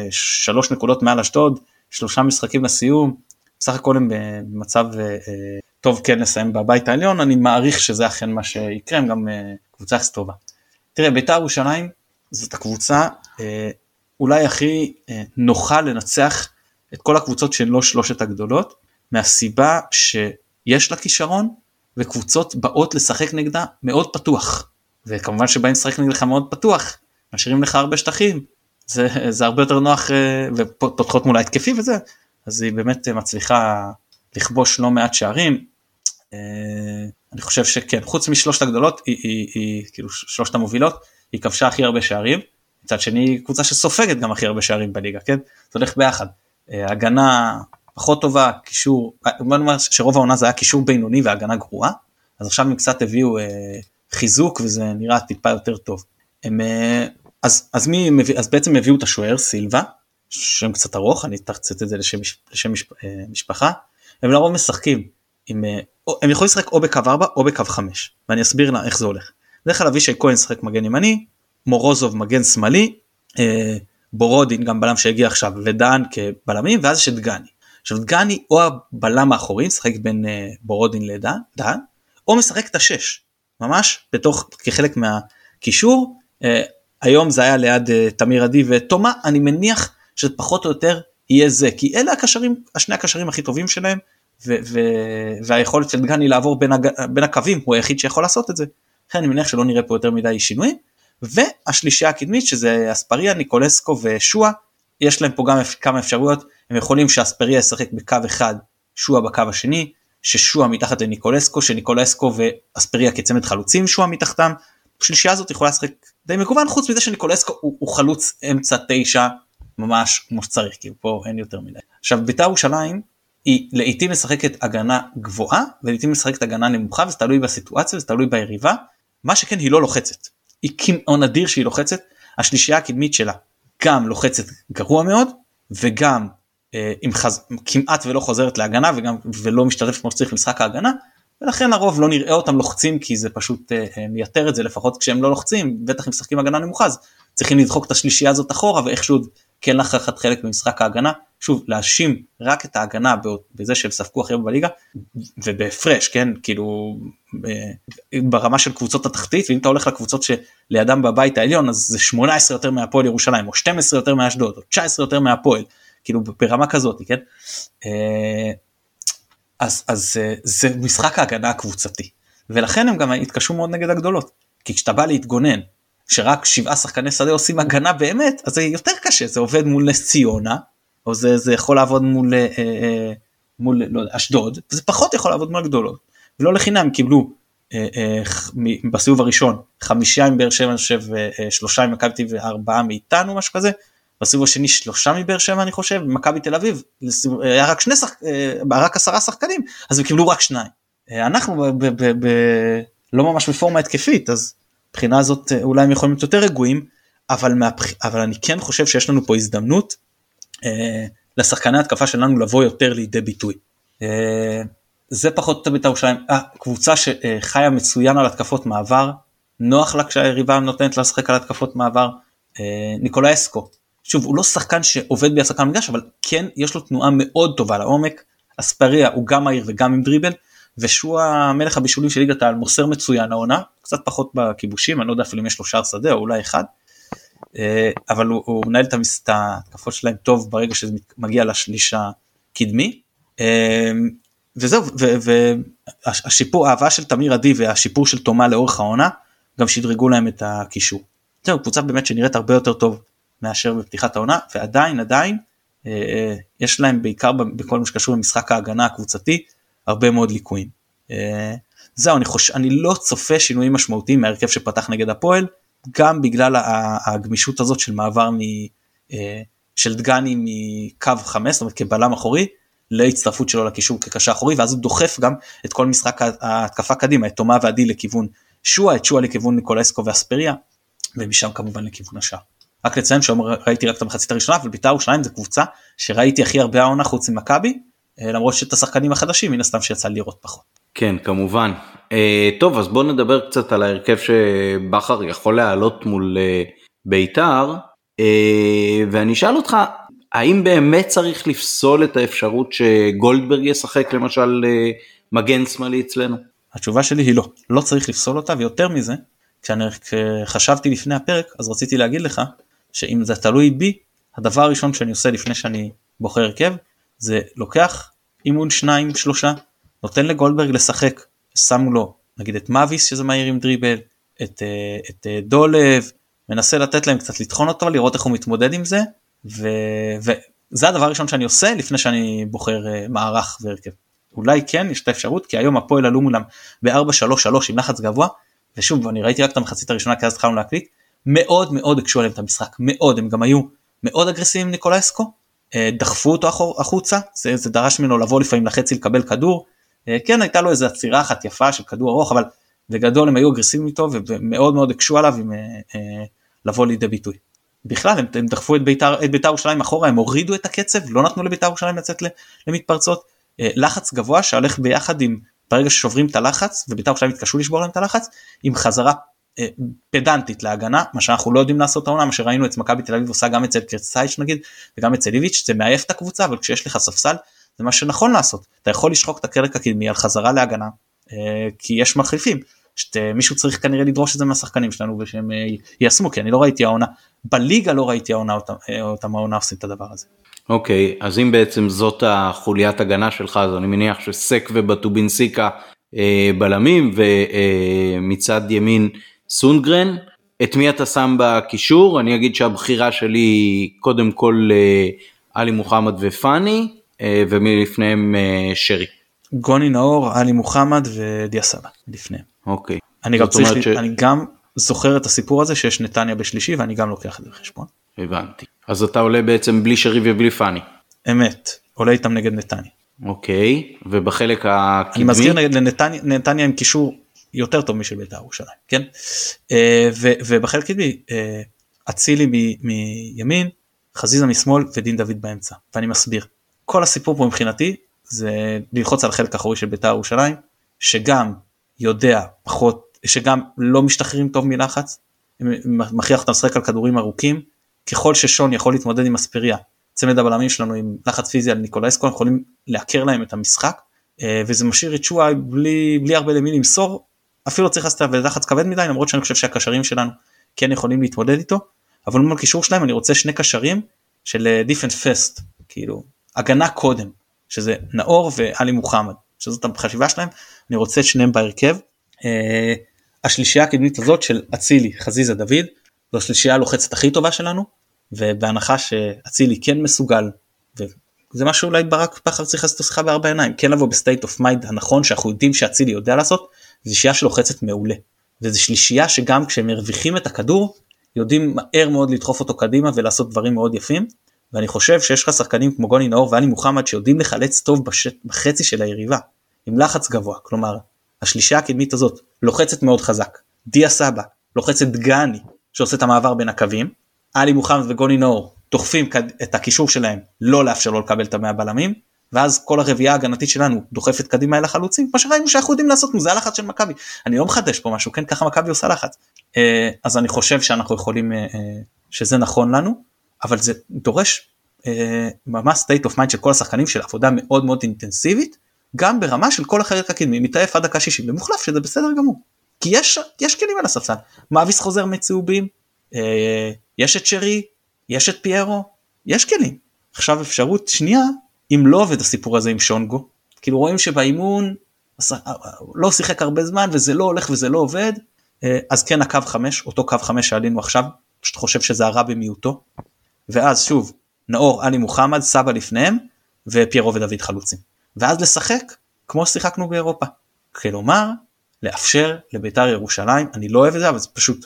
נקודות מעל אשדוד, 3 משחקים לסיום, בסך הכל הם במצב טוב כן לסיים בבית העליון, אני מעריך שזה אכן מה שיקרה, הם גם קבוצה יחסית טובה. תראה, בית"ר ירושלים זאת הקבוצה אולי הכי נוחה לנצח את כל הקבוצות שהן לא שלושת הגדולות, מהסיבה שיש לה כישרון, וקבוצות באות לשחק נגדה מאוד פתוח, וכמובן שבאים לשחק נגדך מאוד פתוח, משאירים לך הרבה שטחים, זה הרבה יותר נוח, ופותחות מול ההתקפי וזה, אז היא באמת מצליחה לכבוש לא מעט שערים. אני חושב שכן, חוץ משלושת הגדולות, היא כאילו שלושת המובילות, היא כבשה הכי הרבה שערים, מצד שני קבוצה שסופגת גם הכי הרבה שערים בליגה, כן? זה הולך ביחד. הגנה פחות טובה, קישור, בוא נאמר שרוב העונה זה היה קישור בינוני והגנה גרועה, אז עכשיו הם קצת הביאו חיזוק וזה נראה טיפה יותר טוב. אז בעצם הביאו את השוער סילבה, שם קצת ארוך, אני תרצת את זה לשם משפחה, הם לרוב משחקים, הם יכולים לשחק או בקו 4 או בקו 5, ואני אסביר לה איך זה הולך. בדרך כלל אבישי כהן שחק מגן ימני, מורוזוב מגן שמאלי, בורודין גם בלם שהגיע עכשיו, ודן כבלמים, ואז יש את דגני. עכשיו דגני או הבלם האחורי, משחק בין בורודין לדן, או משחק את השש, ממש כחלק מהקישור, היום זה היה ליד תמיר עדי ותומה, אני מניח שזה פחות או יותר יהיה זה, כי אלה השני הקשרים הכי טובים שלהם, והיכולת של דגני לעבור בין הקווים, הוא היחיד שיכול לעשות את זה, לכן אני מניח שלא נראה פה יותר מדי שינויים, והשלישייה הקדמית שזה אספריה, ניקולסקו ושואה, יש להם פה גם כמה אפשרויות, הם יכולים שאספריה ישחק בקו אחד, שואה בקו השני, ששואה מתחת לניקולסקו, שניקולסקו ואספריה כצמד חלוצים, שואה מתחתם, השלישייה הזאת יכולה לשחק די מגוון, חוץ מזה שניקולסקו הוא חלוץ אמצע 9, ממש כמו שצריך, כי פה אין יותר מדי. עכשיו בית"ר ירושלים, היא לעתים משחקת הגנה גבוהה, ולעתים משחקת הגנה נמוכה, וזה תלוי בסיטואציה, וזה תלוי ביריבה, מה שכן היא לא לוחצת, היא כמעט נדיר שהיא לוחצת, השלישייה הקדמית שלה גם לוחצת גרוע מאוד, וגם כמעט ולא חוזרת להגנה, וגם ולא משתתף כמו שצריך במשחק ההגנה, ולכן הרוב לא נראה אותם לוחצים, כי זה פשוט מייתר את זה, לפחות כשהם לא לוחצים, בטח אם משחקים הגנה נמוכה, אז צריכים לדחוק את השלישייה הזאת אחורה, ואיכשהו כן לקחת חלק במשחק ההגנה, שוב, להאשים רק את ההגנה בזה שהם ספקו הכי הרבה בליגה, ובהפרש, כן, כאילו, ברמה של קבוצות התחתית, ואם אתה הולך לקבוצות שלידם בבית העליון, אז זה 18 יותר מהפועל ירושלים, או 12 יותר מאשדוד, או 19 יותר מהפועל, כאילו ברמה כזאת, כן? אז זה משחק ההגנה הקבוצתי, ולכן הם גם התקשו מאוד נגד הגדולות, כי כשאתה בא להתגונן, שרק 7 שחקני שדה עושים הגנה באמת, אז זה יותר קשה, זה עובד מול נס ציונה, או זה יכול לעבוד מול לא, אשדוד, וזה פחות יכול לעבוד מול הגדולות, ולא לחינם קיבלו בסיבוב הראשון 5 עם באר שבע, 3 עם מכבי ו4 מאיתנו, משהו כזה, בסיבוב השני 3 מבאר שבע אני חושב, מכבי תל אביב, היה רק 10 שחקנים, אז הם קיבלו רק 2. אנחנו לא ממש בפורמה התקפית, אז מבחינה הזאת אולי הם יכולים להיות יותר רגועים, אבל אני כן חושב שיש לנו פה הזדמנות, לשחקני התקפה שלנו לבוא יותר לידי ביטוי. זה פחות בית"ר ירושלים, קבוצה שחיה מצוין על התקפות מעבר, נוח לה כשהיריבה נותנת לשחק על התקפות מעבר, ניקולסקו, שוב הוא לא שחקן שעובד בהשחקן מגרש, אבל כן יש לו תנועה מאוד טובה לעומק, אספריה הוא גם מהיר וגם עם דריבל, ושואה מלך הבישולים של ליגת העל מוסר מצוין העונה, קצת פחות בכיבושים, אני לא יודע אפילו אם יש לו שער שדה או אולי אחד, אבל הוא מנהל את ההתקפות שלהם טוב ברגע שזה מגיע לשליש הקדמי, וזהו, והשיפור, האהבה של תמיר עדי והשיפור של תומה לאורך העונה, גם שדרגו להם את הקישור. זהו, קבוצה באמת שנראית הרבה יותר טוב מאשר בפתיחת העונה, ועדיין יש להם בעיקר בכל מה שקשור למשחק ההגנה הקבוצתי, הרבה מאוד ליקויים. זהו, אני לא צופה שינויים משמעותיים מהרכב שפתח נגד הפועל, גם בגלל הגמישות הזאת של מעבר של דגני מקו 5, זאת אומרת כבלם אחורי, להצטרפות שלו לקישור כקשר אחורי, ואז הוא דוחף גם את כל משחק ההתקפה קדימה, את תומה ועדי לכיוון שואה, את שואה לכיוון ניקולסקו ואספריה, ומשם כמובן לכיוון השאר. רק לציין שראיתי רק את המחצית הראשונה, אבל בית"ר ירושלים זו קבוצה שראיתי הכי הרבה העונה חוץ ממכבי, למרות שאת השחקנים החדשים, מן הסתם שיצא לראות פחות. כן, כמובן. טוב, אז בואו נדבר קצת על ההרכב שבחר יכול להעלות מול בית"ר, ואני אשאל אותך, האם באמת צריך לפסול את האפשרות שגולדברג ישחק למשל מגן שמאלי אצלנו? התשובה שלי היא לא, לא צריך לפסול אותה, ויותר מזה, כשחשבתי לפני הפרק, אז רציתי להגיד לך, שאם זה תלוי בי, הדבר הראשון שאני עושה לפני שאני בוחר הרכב, זה לוקח אימון 2-3, נותן לגולדברג לשחק, שמו לו, נגיד את מאביס שזה מהיר עם דריבל, את דולב, מנסה לתת להם קצת לטחון אותו, לראות איך הוא מתמודד עם זה, וזה הדבר הראשון שאני עושה, לפני שאני בוחר מערך והרכב. אולי כן, יש את האפשרות, כי היום הפועל עלו מולם ב-4-3-3 עם לחץ גבוה, ושוב, אני ראיתי רק את המחצית הראשונה, כי אז התחלנו להקליט, מאוד מאוד הקשו עליהם את המשחק, מאוד, הם גם היו מאוד אגרסיביים עם ניקולסקו, דחפו אותו החוצה, זה דרש ממנו לבוא לפעמים לחצי לקבל כדור, כן הייתה לו איזו עצירה אחת יפה של כדור ארוך, אבל בגדול הם היו אגרסיביים איתו, ומאוד מאוד הקשו עליו עם לבוא לידי ביטוי. בכלל הם דחפו את בית"ר ירושלים אחורה, הם הורידו את הקצב, לא נתנו לבית"ר ירושלים לצאת למתפרצות, לחץ גבוה שהולך ביחד עם, ברגע ששוברים את הלחץ, ובית"ר ירושלים התקשו לשבור להם את הלחץ, עם חזרה פדנטית להגנה, מה שאנחנו לא יודעים לעשות העונה, מה שראינו את מכבי תל אביב עושה גם אצל קרצייץ' נגיד, וגם אצל איביץ', זה מעייף את הקבוצה, אבל כשיש לך ספסל, זה מה שנכון לעשות, אתה יכול לשחוק את הקרק הקדמי על חזרה להגנה, כי יש מחליפים, מישהו צריך כנראה לדרוש את זה מהשחקנים שלנו, ושהם יישמו, כי אני לא ראיתי העונה, בליגה לא ראיתי העונה, אותם העונה עושים את הדבר הזה. אוקיי, אז אם בעצם זאת החוליית הגנה שלך, אז אני מניח שסק ובטובינסיקה בלמים, ומצד ימין סונגרן, את מי אתה שם בקישור? אני אגיד שהבחירה שלי קודם כל עלי מוחמד ופני, ומלפניהם שרי. גוני נאור, עלי מוחמד ודיה סבא, לפניהם. אוקיי. אני גם זוכר את הסיפור הזה שיש נתניה בשלישי, ואני גם לוקח את זה בחשבון. הבנתי. אז אתה עולה בעצם בלי שרי ובלי פני. אמת, עולה איתם נגד נתניה. אוקיי, ובחלק הקדמי? אני מזכיר לנתניה עם קישור יותר טוב משל בית"ר ירושלים, כן? ובחלק הקדמי, אצילי מימין, חזיזה משמאל ודין דוד באמצע. ואני מסביר. כל הסיפור פה מבחינתי, זה ללחוץ על החלק האחורי של בית"ר ירושלים, שגם יודע פחות, שגם לא משתחררים טוב מלחץ, מכריח אותם לשחק על כדורים ארוכים, ככל ששון יכול להתמודד עם אספריה, צמד הבלמים שלנו עם לחץ פיזי על ניקולסקו, הם יכולים להכיר להם את המשחק, וזה משאיר את שואה בלי הרבה למי למסור, אפילו צריך לעשות לחץ כבד מדי, למרות שאני חושב שהקשרים שלנו כן יכולים להתמודד איתו, אבל מול קישור שלהם אני רוצה שני קשרים של דיפנס פסט, כאילו הגנה קודם, שזה נאור ועלי מוחמד, שזאת החשיבה שלהם, אני רוצה את שניהם בהרכב, השלישייה הקדמית הזאת של אצילי, חזיזה, דוד, זו השלישייה הלוחצת הכי טובה שלנו, ובהנחה שאצילי כן מסוגל, וזה משהו אולי ברק פחר צריך לעשות שיחה בארבע עיניים, כן לבוא בסטייט אוף מיינד הנכון, שאנחנו יודעים שאצילי יודע לעשות, זו שלישייה שלוחצת מעולה, וזו שלישייה שגם כשהם מרוויחים את הכדור, יודעים מהר מאוד לדחוף אותו קדימה, ולעשות דברים מאוד יפים, ואני חושב שיש לך שחקנים כמו גוני נאור ואלי מוחמד, שיודעים לחלץ טוב בחצי של היריבה, עם לחץ גבוה, כלומר, השלישייה הקדמית הזאת לוחצת מאוד חזק, דיה סבא לוחצת גני, שעושה את המעבר בין הקווים, עלי מוחמד וגוני נאור דוחפים את הקישור שלהם, לא לאפשר לו לקבל את המאה בלמים, ואז כל הרביעייה ההגנתית שלנו דוחפת קדימה אל החלוצים, מה שראינו שאנחנו יודעים לעשות, זה הלחץ של מכבי, אני לא מחדש פה משהו, כן, ככה מכבי עושה לחץ, אז אני חושב שאנחנו יכולים, שזה נכון לנו, אבל זה דורש ממש state of mind של כל השחקנים של עבודה מאוד מאוד אינטנסיבית, גם ברמה של כל החלק הקדמי, מתעף עד דקה 60, במוחלף שזה בסדר גמור, כי יש כלים על הספסל, מאביס חוזר מצהובים, יש את שרי, יש את פיירו, יש כלים. עכשיו אפשרות שנייה, אם לא עובד הסיפור הזה עם שונגו, כאילו רואים שבאימון לא שיחק הרבה זמן, וזה לא הולך וזה לא עובד, אז כן הקו 5, אותו קו 5 שעלינו עכשיו, פשוט חושב שזה הרע במיעוטו, ואז שוב, נאור, עלי מוחמד, סבא לפניהם, ופיירו ודוד חלוצים. ואז לשחק כמו ששיחקנו באירופה. כלומר, לאפשר לבית"ר ירושלים, אני לא אוהב את זה, אבל זה פשוט,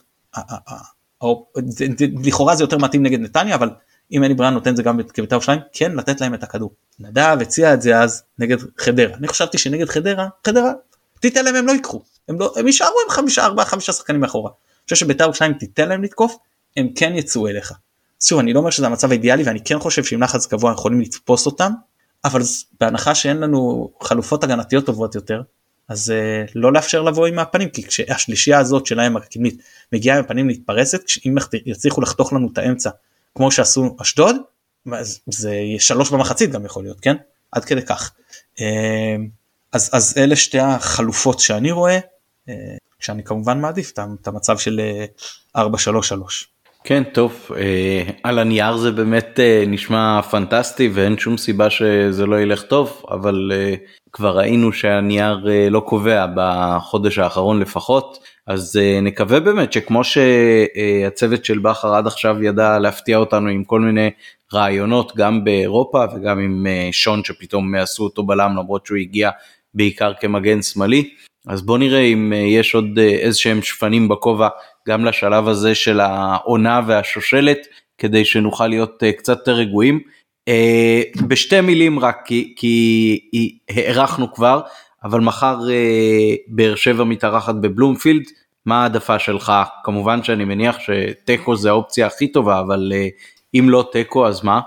לכאורה זה יותר מתאים נגד נתניה, אבל אם אין לי ברירה נותן את זה גם כבית"ר ירושלים, כן לתת להם את הכדור. נדב הציע את זה אז נגד חדרה. אני חשבתי שנגד חדרה, תיתן להם הם לא יקחו. הם יישארו עם 5 שחקנים מאחורה. אני חושב שבית"ר ירושלים תיתן להם לתקוף, הם כן יצאו אליך. שוב, אני לא אומר שזה המצב האידיאלי, ואני כן חושב שעם לחץ גבוה יכולים לתפוס אותם, אבל בהנחה שאין לנו חלופות הגנתיות טובות יותר, אז לא לאפשר לבוא עם הפנים, כי כשהשלישייה הזאת שלהם הקדמית מגיעה עם הפנים להתפרסת, אם יצליחו לחתוך לנו את האמצע, כמו שעשו אשדוד, זה 3 במחצית גם יכול להיות, כן? עד כדי כך. אז אלה שתי החלופות שאני רואה, שאני כמובן מעדיף את המצב של 4-3-3. כן, טוב, על הנייר זה באמת נשמע פנטסטי ואין שום סיבה שזה לא ילך טוב, אבל כבר ראינו שהנייר לא קובע בחודש האחרון לפחות, אז נקווה באמת שכמו שהצוות של בכר עד עכשיו ידע להפתיע אותנו עם כל מיני רעיונות גם באירופה וגם עם שון שפתאום עשו אותו בלם למרות שהוא הגיע בעיקר כמגן שמאלי, אז בוא נראה אם יש עוד איזשהם שפנים בכובע גם לשלב הזה של העונה והשושלת, כדי שנוכל להיות קצת יותר רגועים. בשתי מילים רק, כי הערכנו כבר, אבל מחר באר שבע מתארחת בבלומפילד, מה העדפה שלך? כמובן שאני מניח שטקו זה האופציה הכי טובה, אבל אם לא טקו אז מה?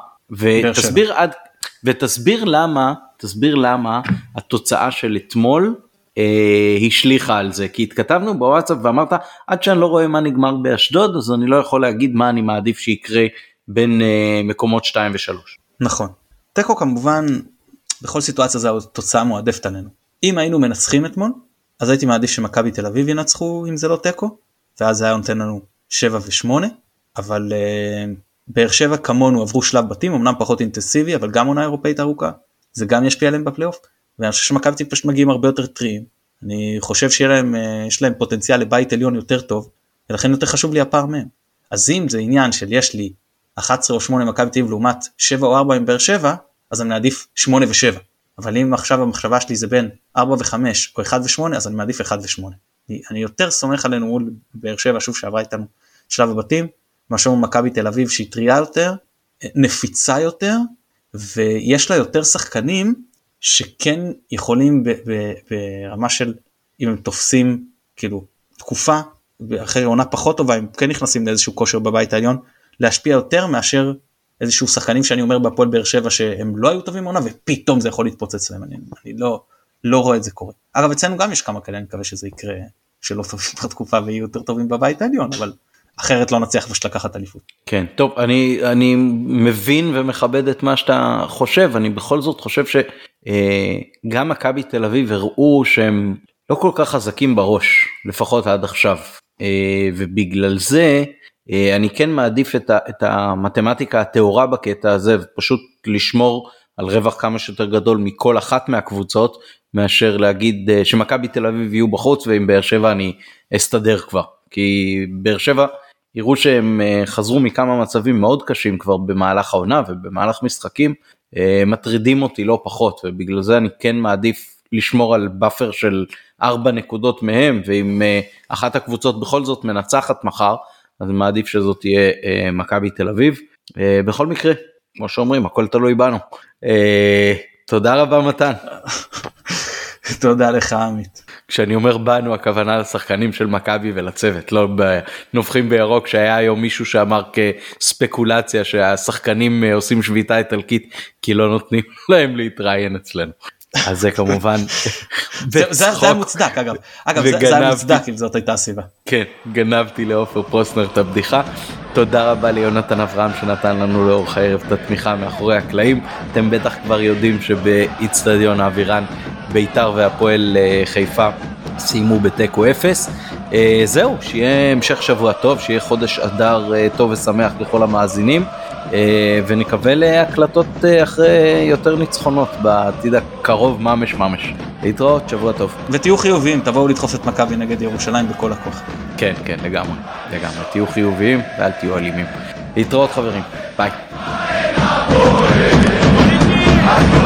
ותסביר למה התוצאה של אתמול, השליחה על זה, כי התכתבנו בוואטסאפ ואמרת, עד שאני לא רואה מה נגמר באשדוד, אז אני לא יכול להגיד מה אני מעדיף שיקרה בין מקומות 2 ו-3. נכון. טקו כמובן, בכל סיטואציה זו תוצאה מועדפת עלינו. אם היינו מנצחים אתמול, אז הייתי מעדיף שמכבי תל אביב ינצחו אם זה לא טקו, ואז זה היה נותן לנו 7 ו-8, אבל באר שבע כמונו עברו שלב בתים, אמנם פחות אינטנסיבי, אבל גם עונה אירופאית ארוכה, זה גם ישפיע עליהם בפלייאוף. ואני חושב שמכבי פשוט מגיעים הרבה יותר טריים, אני חושב שיש להם פוטנציאל לבית עליון יותר טוב, ולכן יותר חשוב לי הפער מהם. אז אם זה עניין של יש לי 11 או 8 מכבי תל אביב לעומת 7 או 4 עם באר שבע, אז אני מעדיף 8 ו-7. אבל אם עכשיו המחשבה שלי זה בין 4 ו-5 או 1 ו-8, אז אני מעדיף 1 ו-8. אני יותר סומך עלינו מול באר שבע, שוב שעברה איתנו שלב הבתים, מאשר מכבי תל אביב שהיא טריה יותר, נפיצה יותר, ויש לה יותר שחקנים שכן יכולים ברמה של, אם הם תופסים כאילו תקופה, ואחרי עונה פחות טובה, הם כן נכנסים לאיזשהו כושר בבית העליון, להשפיע יותר מאשר איזשהו שחקנים שאני אומר בהפועל באר שבע, שהם לא היו טובים עונה, ופתאום זה יכול להתפוצץ להם, אני לא רואה את זה קורה. אגב, אצלנו גם יש כמה כאלה, אני מקווה שזה יקרה, שלא טובים בתקופה ויהיו יותר טובים בבית העליון, אבל אחרת לא נצליח פשוט לקחת אליפות. כן, טוב, אני מבין ומכבד את מה שאתה חושב, אני בכל זאת חושב שגם מכבי תל אביב הראו שהם לא כל כך חזקים בראש, לפחות עד עכשיו, ובגלל זה אני כן מעדיף את המתמטיקה התאורה בקטע הזה, ופשוט לשמור על רווח כמה שיותר גדול מכל אחת מהקבוצות, מאשר להגיד שמכבי תל אביב יהיו בחוץ, ועם באר שבע אני אסתדר כבר, כי באר שבע יראו שהם חזרו מכמה מצבים מאוד קשים כבר במהלך העונה, ובמהלך משחקים מטרידים אותי לא פחות, ובגלל זה אני כן מעדיף לשמור על באפר של 4 נקודות מהם, ואם אחת הקבוצות בכל זאת מנצחת מחר, אז מעדיף שזאת תהיה מכבי תל אביב. בכל מקרה, כמו שאומרים, הכל תלוי בנו. תודה רבה מתן. תודה לך עמית. כשאני אומר בנו, הכוונה לשחקנים של מכבי ולצוות, לא נובחים בירוק, שהיה היום מישהו שאמר כספקולציה שהשחקנים עושים שביתה איטלקית, כי לא נותנים להם להתראיין אצלנו. אז זה כמובן זה היה מוצדק אגב זה היה מוצדק אם זאת הייתה הסיבה. כן, גנבתי לעופר פרוסנר את הבדיחה. תודה רבה ליונתן אברהם שנתן לנו לאורך הערב את התמיכה מאחורי הקלעים. אתם בטח כבר יודעים שבאצטדיון האווירן ביתר והפועל חיפה סיימו בתיקו 0. זהו, שיהיה המשך שבוע טוב, שיהיה חודש אדר טוב ושמח לכל המאזינים, ונקווה להקלטות אחרי יותר ניצחונות בעתיד הקרוב ממש. להתראות, שבוע טוב. ותהיו חיוביים, תבואו לדחוף את מכבי נגד ירושלים בכל הכוח. כן, לגמרי. תהיו חיוביים ואל תהיו אלימים. להתראות חברים, ביי.